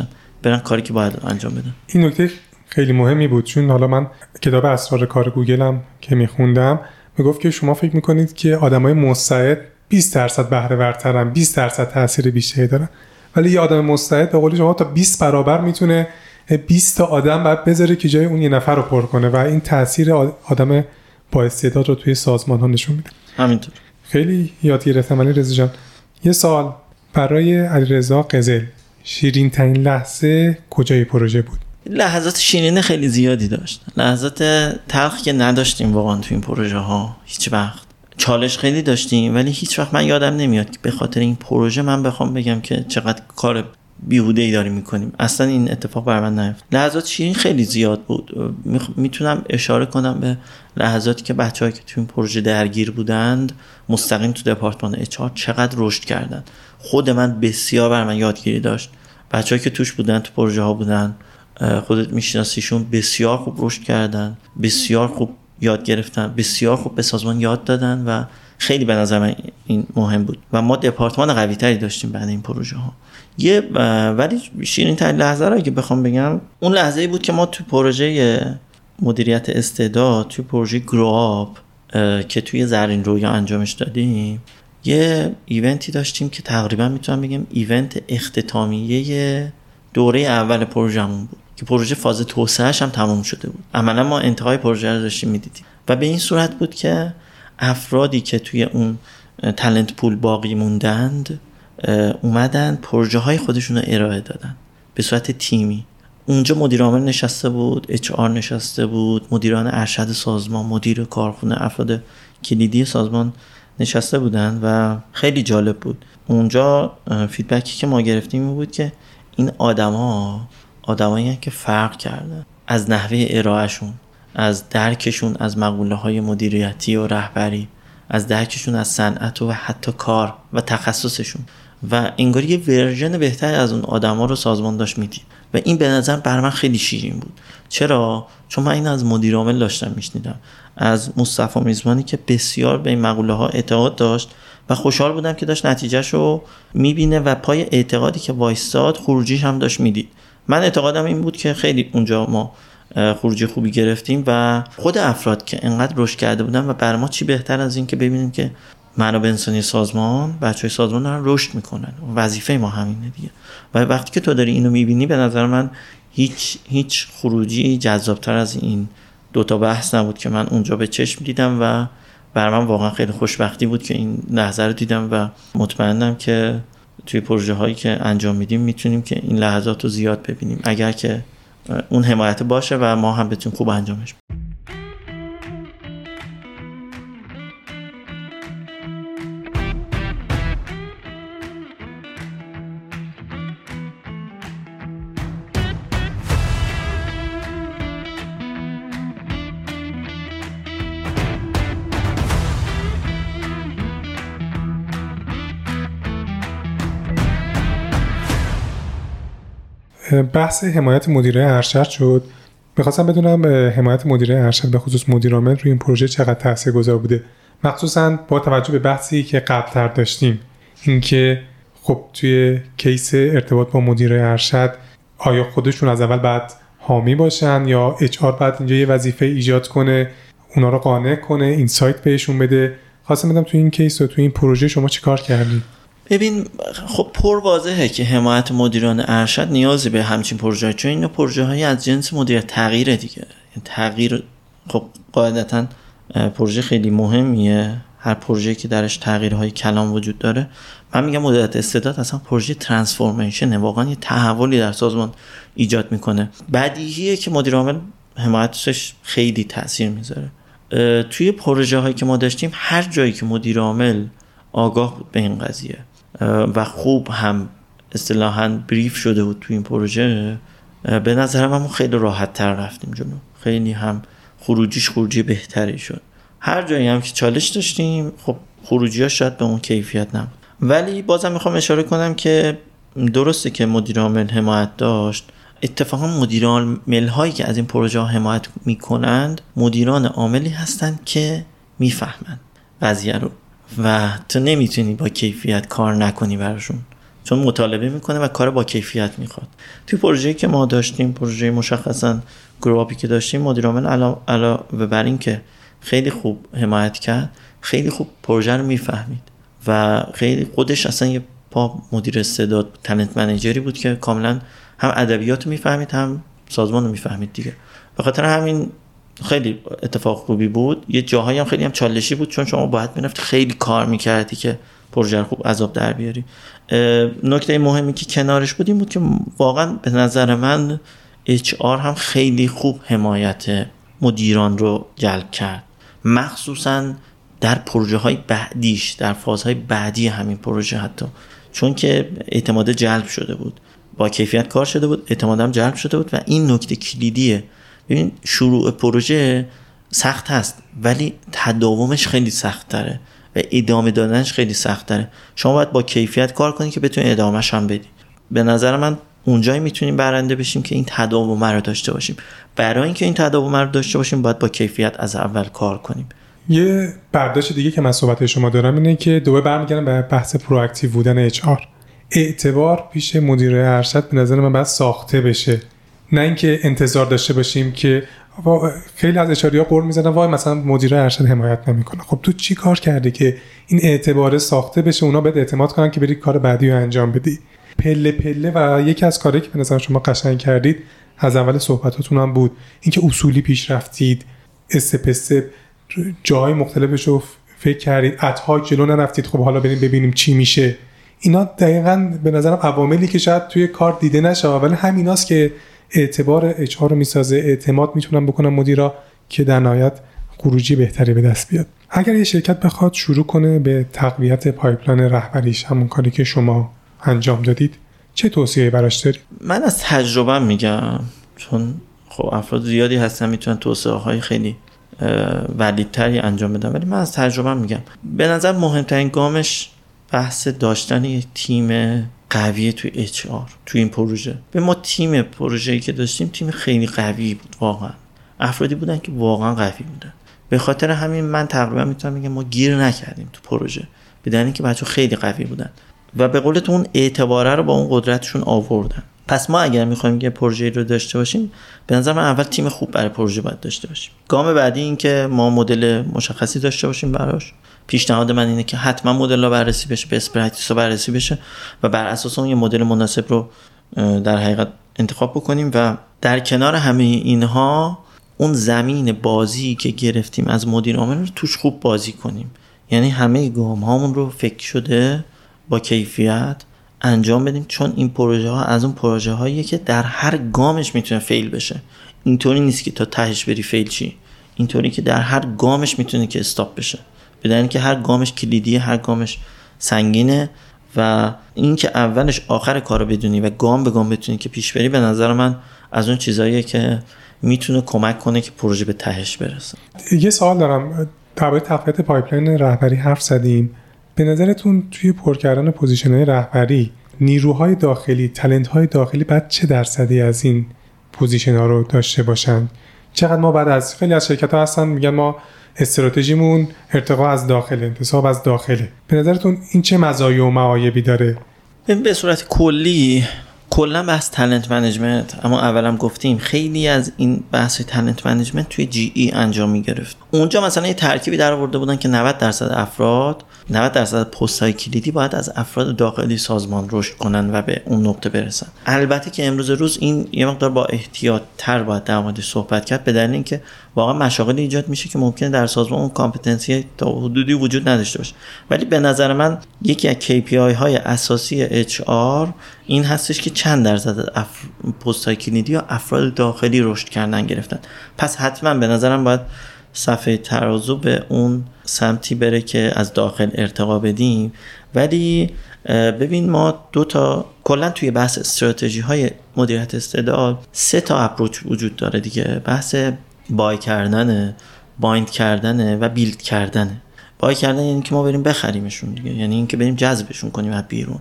برن کاری که باید انجام بدن. این نکته خیلی مهمی بود، چون حالا من کتاب اسرار کار گوگلم که میخوندم میگفت که شما فکر میکنید که آدمای مستعد بیست درصد بهره ورترن، بیست درصد تاثیر بیشتری دارن، ولی یه آدم مستعد به قول شما تا بیست برابر میتونه بیست تا آدم بعد بذاره که جای اون یه نفر رو پر کنه و این تاثیر آدم با استعداد رو توی سازمان ها نشون میده. همینطور. خیلی یاد گرفتم. علی رضا جان، یه سوال برای علیرضا قزل، شیرین ترین لحظه کجای پروژه بود؟ لحظات شیرین خیلی زیادی داشت، لحظات تلخ که نداشتیم واقعا تو این پروژه ها هیچ وقت. چالش خیلی داشتیم ولی هیچ وقت من یادم نمیاد که به خاطر این پروژه من بخوام بگم که چقدر کار بیهوده‌ای داریم میکنیم. اصلا این اتفاق بر من نیفتاد. لحظات شیرین خیلی زیاد بود. میتونم اشاره کنم به لحظاتی که بچه‌هایی که تو این پروژه درگیر بودند مستقیم تو دپارتمان اچ آر چقدر رشد کردن. خود من بسیار بر من یادگیری داشت. بچه‌هایی که توش بودن، تو پروژه ها بودن، خودت میشناسیشون، بسیار خوب رشد کردن، بسیار خوب یاد گرفتن، بسیار خوب به سازمان یاد دادن و خیلی به نظر من این مهم بود و ما دپارتمان قوی تری داشتیم بعد این پروژه ها. یه ولی شیرین ترین لحظه رو که بخوام بگم اون لحظه ای بود که ما تو پروژه مدیریت استعداد، تو پروژه گروآپ که توی زرین رویا انجامش دادیم، یه ایونتی داشتیم که تقریبا میتونم بگم ایونت اختتامیه دوره اول پروژه‌مون بود که پروژه فاز توسعه‌اش هم تموم شده بود. عملا ما انتهای پروژه رو داشتیم میدیدیم و به این صورت بود که افرادی که توی اون تالنت پول باقی موندند اومدن پروژه های خودشون رو ارائه دادن به صورت تیمی. اونجا مدیر عامل نشسته بود، اچ آر نشسته بود، مدیران ارشد سازمان، مدیر کارخونه، افراد کلیدی سازمان نشسته بودن و خیلی جالب بود. اونجا فیدبکی که ما گرفتیم این بود که این آدما آدمایی هستن که فرق کردن از نحوه ارائهشون، از درکشون از مقوله های مدیریتی و رهبری، از درکشون از صنعت و حتی کار و تخصصشون و انگار یه ورژن بهتری از اون آدما رو سازمان داشت میدید و این به نظر بر من خیلی شیرین بود. چرا؟ چون من این از مدیر عامل داشتم میشنیدم، از مصطفی میزبانی که بسیار به این مقوله ها اعتقاد داشت و خوشحال بودم که داشت نتیجهش رو میبینه و پای اعتقادی که وایستاد خروجیش هم داشت میدید. من اعتقادم این بود که خیلی اونجا ما خروجی خوبی گرفتیم و خود افراد که انقدر رشد کرده بودن و بر ما چی بهتر از این که ببینیم که منابع انسانی سازمان، بچهای سازمان دارن رشد میکنن. وظیفه ما همینه دیگه. و وقتی که تو داری اینو میبینی به نظر من هیچ هیچ خروجی جذابتر از این دوتا بحث نبود که من اونجا به چشم دیدم و بر من واقعا خیلی خوشبختی بود که این لحظه رو دیدم و مطمئنم که توی پروژه هایی که انجام میدیم میتونیم که این لحظات رو زیاد ببینیم اگر که اون حمایت باشه و ما هم بتونیم خوب انجامش بدیم. بحث حمایت مدیره ارشد شد. می‌خواستم بدونم حمایت مدیره ارشد به خصوص مدیر عامل روی این پروژه چقدر تاثیرگذار بوده، مخصوصاً با توجه به بحثی که قبل‌تر داشتیم، اینکه خب توی کیس ارتباط با مدیر ارشد آیا خودشون از اول بعد حامی باشن یا اچ آر بعد اینجا یه وظیفه ایجاد کنه، اونا رو قانع کنه، اینسایت بهشون بده. خواستم بدونم توی این کیس و توی این پروژه شما چیکار کردید؟ ببین خب پر واضحه که حمایت مدیران ارشد نیازی به همچین پروژه، چون اینا پروژه هایی از جنس مدیریت تغییر دیگه. تغییر خب قاعدتا پروژه خیلی مهمیه، هر پروژه‌ای که درش تغییرهای کلان وجود داره. من میگم مدیریت استعداد اصلا پروژه ترانسفورمیشنه، واقعا یه تحولی در سازمان ایجاد میکنه. بدیهیه که مدیر عامل حمایتش خیلی تاثیر میذاره. توی پروژه هایی که ما داشتیم هر جایی که مدیر عامل آگاه بود به این قضیه و خوب هم اصطلاحاً بریف شده بود تو این پروژه، به نظر من خیلی راحت تر رفتیم جلو، خیلی هم خروجیش خروجی بهتری شد. هر جایی هم که چالش داشتیم خب خروجی ها شاید به اون کیفیت نبود، ولی بازم میخوام اشاره کنم که درسته که مدیر عامل حمایت داشت. اتفاقا مدیر عامل هایی که از این پروژه ها حمایت میکنند مدیران عاملی هستند که میفهمند قضیه رو و تو نمیتونی با کیفیت کار نکنی براشون. چون مطالبه میکنه و کار با کیفیت میخواد. توی پروژه‌ای که ما داشتیم، پروژه مشخصاً گروپی که داشتیم، مدیر عامل علا علاوه بر این که خیلی خوب حمایت کرد، خیلی خوب پروژه رو میفهمید و خیلی خودش اصلا یه پا مدیر استعداد، تالنت منیجری بود که کاملا هم ادبیات رو میفهمید هم سازمان رو میفهمید دیگه. به خاطر همین خیلی اتفاق خوبی بود. یه جاهایی هم خیلی هم چالشی بود، چون شما باید میرفتی خیلی کار میکردی که پروژه رو خوب عذاب در بیاری. نکته مهمی که کنارش بود این بود که واقعا به نظر من اچ آر هم خیلی خوب حمایت مدیران رو جلب کرد، مخصوصا در پروژه های بعدیش، در فازهای بعدی همین پروژه حتی، چون که اعتماد جلب شده بود، با کیفیت کار شده بود، اعتمادم جلب شده بود و این نکته کلیدیه. ببین شروع پروژه سخت هست ولی تداومش خیلی سخت تره و ادامه دادنش خیلی سخت تره. شما باید با کیفیت کار کنی که بتونی ادامهش هم بدی. به نظر من اونجایی میتونیم برنده بشیم که این تداوم رو داشته باشیم. برای اینکه این تداوم رو داشته باشیم باید با کیفیت از اول کار کنیم. یه برداشت دیگه که من صحبت شما دارم اینه که دوباره برمیگردم به بحث پرواکتیو بودن اچ آر. اعتبار پیش مدیر ارشد به نظر من باید ساخته بشه، نه اینکه انتظار داشته باشیم که خیلی از اچ آریا قول میزنن وای مثلا مدیر ارشد حمایت نمیکنه. خب تو چی کار کردی که این اعتبار ساخته بشه، اونا بهت اعتماد کنن که بری کار بعدی رو انجام بدی؟ پله پله. و یکی از کارهایی که به نظر شما قشنگ کردید از اول صحبتاتون هم بود اینکه اصولی پیش رفتید، استپ استپ جای مختلفش رو فکر کردید، اتها جلو نرفتید خب حالا بریم ببینیم چی میشه. اینا دقیقاً به نظرم عواملی که شاید توی کار دیده نشه ولی همیناست که اعتبار اچ آر رو میسازه، اعتماد میتونن بکنن مدیرا که در نهایت خروجی بهتری به دست بیاد. اگر یه شرکت بخواد شروع کنه به تقویت پایپلاین رهبریش، همون کاری که شما انجام دادید، چه توصیه‌ای براش دارید؟ من از تجربه میگم، چون خب افراد زیادی هستن میتونن توصیه‌های خیلی ولیدتری انجام بدن، ولی من از تجربه میگم به نظر مهمترین گامش بحث داشتن یک تیم قوی توی اچ آر توی این پروژه. به ما تیم پروژه‌ای که داشتیم تیم خیلی قوی بود، واقعا افرادی بودن که واقعا قوی بودن. به خاطر همین من تقریبا میتونم بگم ما گیر نکردیم تو پروژه، بدون اینکه بچه‌ها خیلی قوی بودن و به قولتون اون اعتباره رو با اون قدرتشون آوردن. پس ما اگر میخوایم یه پروژه رو داشته باشیم به نظر من اول تیم خوب برای پروژه باید داشته باشیم. گام بعدی این که ما مدل مشخصی داشته باشیم براش. پیشنهاد من اینه که حتما مدل ها بررسی بشه، بیس پرکتیس ها بررسی بشه و بر اساس اون یه مدل مناسب رو در حقیقت انتخاب بکنیم و در کنار همه اینها اون زمین بازی که گرفتیم از مدیر عامل رو توش خوب بازی کنیم. یعنی همه گام هامون رو فکر شده با کیفیت انجام بدیم، چون این پروژه ها از اون پروژه هاییه که در هر گامش میتونه فیل بشه. اینطوری نیست که تا تهش بری فیل چی، اینطوری که در هر گامش میتونه که استاپ بشه، بدون که هر گامش کلیدیه، هر گامش سنگینه و این که اولش آخر کارو بدونی و گام به گام بتونی که پیش بری، به نظر من از اون چیزاییه که میتونه کمک کنه که پروژه به تهش برسه. یه سوال دارم، درباره تقویت پایپلاین رهبری حرف زدیم. به نظرتون توی پر کردن پوزیشن‌های رهبری نیروهای داخلی، تالنت‌های داخلی بعد چه درصدی از این پوزیشن‌ها رو داشته باشن؟ چقدر ما بعد از خیلی از شرکت‌ها هستن میگن ما استراتژیمون ارتقا از داخل، انتصاب از داخله. به نظرتون این چه مزایا و معایبی داره؟ به صورت کلی کلا بحث تالنت منیجمنت، اما اولام گفتیم خیلی از این بحث تالنت منیجمنت توی جی ای انجام میگرفت. اونجا مثلا یه ترکیبی در آورده بودن که نود درصد افراد، نود درصد پست‌های کلیدی باید از افراد داخلی سازمان رشد کنن و به اون نقطه برسن. البته که امروز روز این یه مقدار با احتیاط تر باید در موردش صحبت کرد، به دلیل اینکه واقعا مشاغل ایجاد میشه که ممکنه در سازمان اون کامپتنسی تا حدودی وجود نداشته باشه. ولی به نظر من یکی از کی پی آی های اساسی اچ آر این هستش که چند درصد اف... پست‌های کلیدی یا افراد داخلی رشد کردن گرفتن. پس حتما به نظرم باید صفحه ترازو به اون سمتی بره که از داخل ارتقا بدیم. ولی ببین ما دو تا کلا توی بحث استراتژی های مدیریت استعداد سه تا اپروچ وجود داره دیگه. بحث بای کردنه، بایند کردنه و بیلد کردنه. بای کردن یعنی که ما بریم بخریمشون دیگه، یعنی اینکه بریم جذبشون کنیم از بیرون.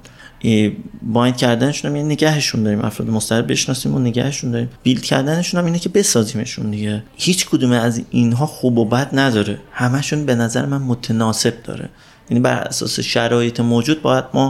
بایند کردنشون هم یعنی نگهشون داریم، افراد مستعد بشناسیم و نگهشون داریم. بیلد کردنشون هم اینه که بسازیمشون دیگه. هیچ کدوم از اینها خوب و بد نداره، همشون به نظر من متناسب داره. یعنی بر اساس شرایط موجود باید ما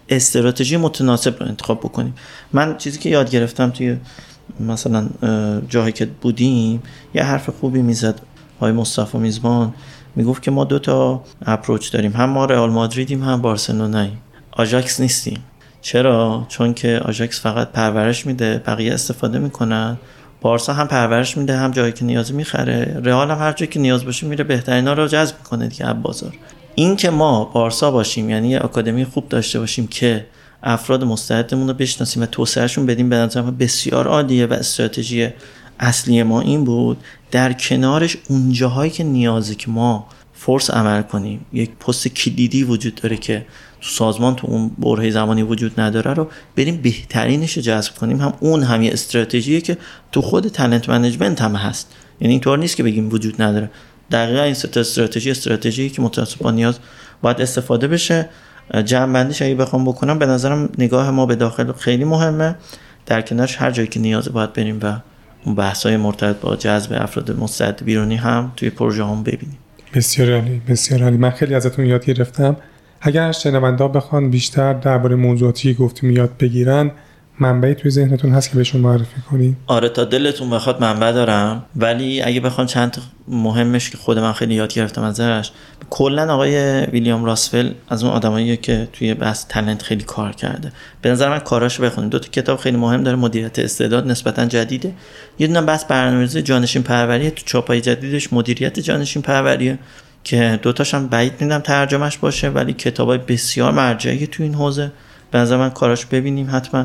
استراتژی متناسب رو انتخاب بکنیم. من چیزی که یاد گرفتم توی مثلا جایی که بودیم، یه حرف خوبی میزد آقای مصطفی میزبان، میگفت که ما دو تا اپروچ داریم، هم ما رئال مادریدیم هم بارسلوناییم، آژاکس نیستیم. چرا؟ چون که آژاکس فقط پرورش میده، بقیه استفاده میکنن. بارسا هم پرورش میده، هم جایی که نیاز میخره. رئال هم هر جایی که نیاز باشه میره بهترینا رو جذب میکنه دیگه از بازار. این که ما بارسا باشیم، یعنی یه آکادمی خوب داشته باشیم که افراد مستعدمون رو بشناسیم و توسعهشون بدیم، به نظر من بسیار عالیه و استراتژی اصلی ما این بود. در کنارش اون جاهایی که نیازه که ما فورس عمل کنیم، یک پست کلیدی وجود داره که تو سازمان تو اون برهه زمانی وجود نداره، رو بریم بهترینش رو جذب کنیم. هم اون هم یه استراتژیه که تو خود تالنت منیجمنت هم هست، یعنی اینطور نیست که بگیم وجود نداره. دقیقاً این سه استراتژی استراتژی که متناسب با نیاز باید استفاده بشه. جمع بندیش اگه بخوام بکنم، به نظرم نگاه ما به داخل خیلی مهمه. در کنارش هر جایی که نیازه باید بریم و اون بحث‌های مرتبط با جذب افراد مستعد بیرونی هم توی پروژه هم ببینیم. بسیار عالی، بسیار عالی. من خیلی ازتون یاد گرفتم. اگر شنوندا بخوان بیشتر درباره موضوعاتی گفتیم یاد بگیرن، منبعی توی ذهنتون هست که بهشون معرفی کنین؟ آره، تا دلتون بخواد منبع دارم، ولی اگه بخوام چند تا مهمش که خود من خیلی یاد گرفتم ازش، کلا آقای ویلیام راسول از اون آدماییه که توی بحث تالنت خیلی کار کرده. به نظر من کاراشو بخونید. دو تا کتاب خیلی مهم داره، مدیریت استعداد نسبتا جدیده، یه دونه بحث برنامه‌ریزی جانشین پروری، تو چاپای جدیدش مدیریت جانشین پروریه که دو تاشم بعید میدونم ترجمهش باشه، ولی کتابای بسیار مرجعی تو این حوزه. به نظر من کاراشو ببینیم حتما.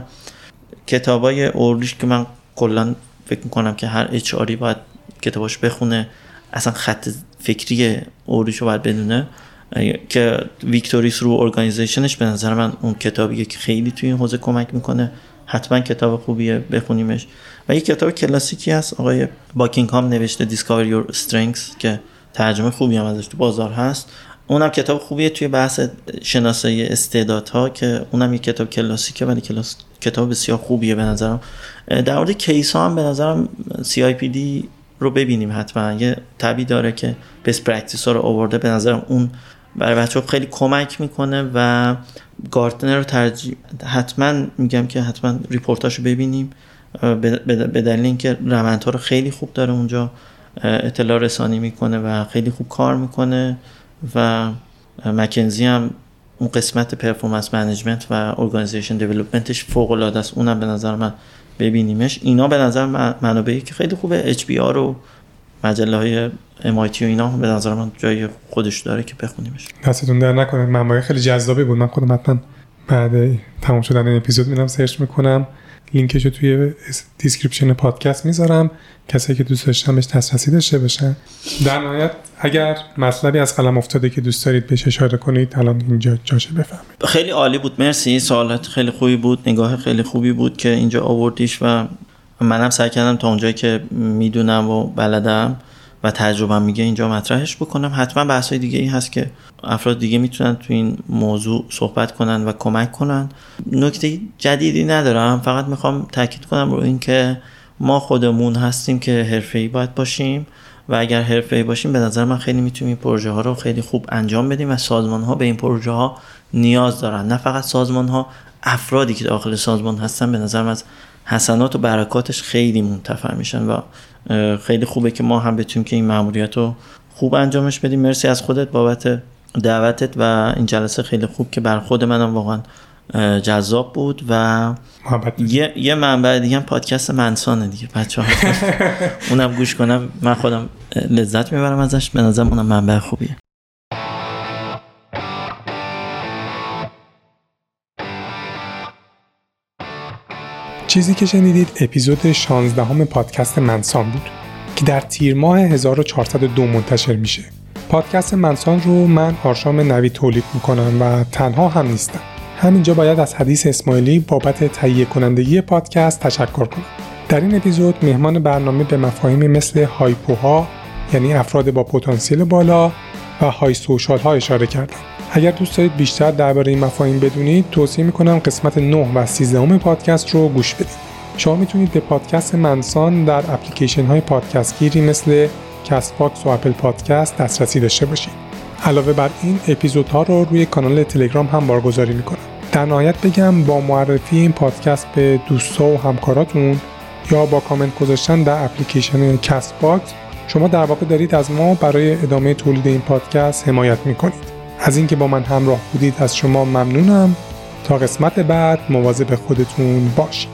کتابای اورلیش که من کلا فکر میکنم که هر اچ آری باید کتاباش بخونه، اصلا خط فکری اورلیشو باید بدونه، که ویکتوریس رو ارگانیزیشنش به نظر من اون کتابیه که خیلی توی این حوزه کمک میکنه. حتما کتاب خوبیه، بخونیمش. و یک کتاب کلاسیکی هست آقای باکینگهام نوشته Discover Your Strengths که ترجمه خوبی هم ازش تو بازار هست. اونم کتاب خوبیه توی بحث شناسایی استعدادها، که اونم یک کتاب کلاسیکه ولی کلاس... کتاب بسیار خوبیه به نظرم. در مورد کیس ها هم به نظرم سی آی پی دی رو ببینیم حتما. یه تبی داره که بیس پرکتیس ها رو آورده، به نظرم اون برای بچه‌ها خیلی کمک میکنه. و گارتنر رو ترجیح حتما میگم که حتما ریپورتاشو ببینیم، به دلیل اینکه روندها رو خیلی خوب داره اونجا اطلاع رسانی میکنه و خیلی خوب کار میکنه. و مکنزی هم اون قسمت پرفورمنس منیجمنت و ارگانیزیشن دیولپمنتش فوق العاده است، اونم به نظر من ببینیمش. اینا به نظر من منابعی که خیلی خوبه. اچ بی آر و مجله های ام آی تی و اینا به نظر من جای خودش داره که بخونیمش. دستتون در نکنه، منبع خیلی جذابی بود. من خودم حتما بعد تمام شدن این اپیزود میرم سرچ میکنم، لینکشو توی دیسکریپشن پادکست میذارم، کسایی که دوست داشتن بهش دسترسی داشته باشن. در نهایت اگر مطلبی از قلم افتاده که دوست دارید بهش اشاره کنید، الان اینجا جاشه بفهمید. خیلی عالی بود، مرسی. سوالات خیلی خوبی بود، نگاه خیلی خوبی بود که اینجا آوردیش و منم سعی کردم تا اونجایی که میدونم و بلدم و تجربه میگه اینجا مطرحش بکنم. حتما بحثای دیگه ای هست که افراد دیگه میتونن تو این موضوع صحبت کنن و کمک کنن. نکته جدیدی ندارم، فقط میخوام تاکید کنم رو این که ما خودمون هستیم که حرفه‌ای باید باشیم و اگر حرفه‌ای باشیم به نظر من خیلی میتونیم این پروژه ها رو خیلی خوب انجام بدیم و سازمان ها به این پروژه ها نیاز دارن. نه فقط سازمان ها، افرادی که داخل سازمان هستن به نظر من از حسنات و برکاتش خیلی منتفع میشن و خیلی خوبه که ما هم بتونیم که این مأموریت رو خوب انجامش بدیم. مرسی از خودت بابت دعوتت و این جلسه خیلی خوب که بر خود منم واقعا جذاب بود. و یه یه منبع دیگه هم پادکست منسانه دیگه، بچه‌ها اونم گوش کنم، من خودم لذت میبرم ازش، به نظرم اونم منبع خوبیه. چیزی که شنیدید اپیزود شانزدهم پادکست منسان بود که در تیر ماه هزار و چهارصد و دو منتشر میشه. پادکست منسان رو من آرشام نوید تولید میکنم و تنها هم نیستم. همینجا باید از حدیث اسماعیلی بابت تهیه کنندگی پادکست تشکر کنم. در این اپیزود مهمان برنامه به مفاهیمی مثل هایپوها، یعنی افراد با پتانسیل بالا، و های سوشال ها اشاره کردم. اگر دوست دارید بیشتر درباره این مفاهیم بدونید، توصیه میکنم قسمت نه و سیزدهم پادکست رو گوش بدید. شما میتونید به پادکست منسان در اپلیکیشن های پادکست گیری مثل کست باکس و اپل پادکست دسترسی داشته باشید. علاوه بر این اپیزودها رو روی کانال تلگرام هم بارگذاری میکنم. در نهایت بگم با معرفی این پادکست به دوستا و همکاراتون یا با کامنت گذاشتن در اپلیکیشن کست باکس شما در واقع دارید از ما برای ادامه تولید این پادکست حمایت میکنید. از اینکه با من همراه بودید از شما ممنونم. تا قسمت بعد مواظب خودتون باشید.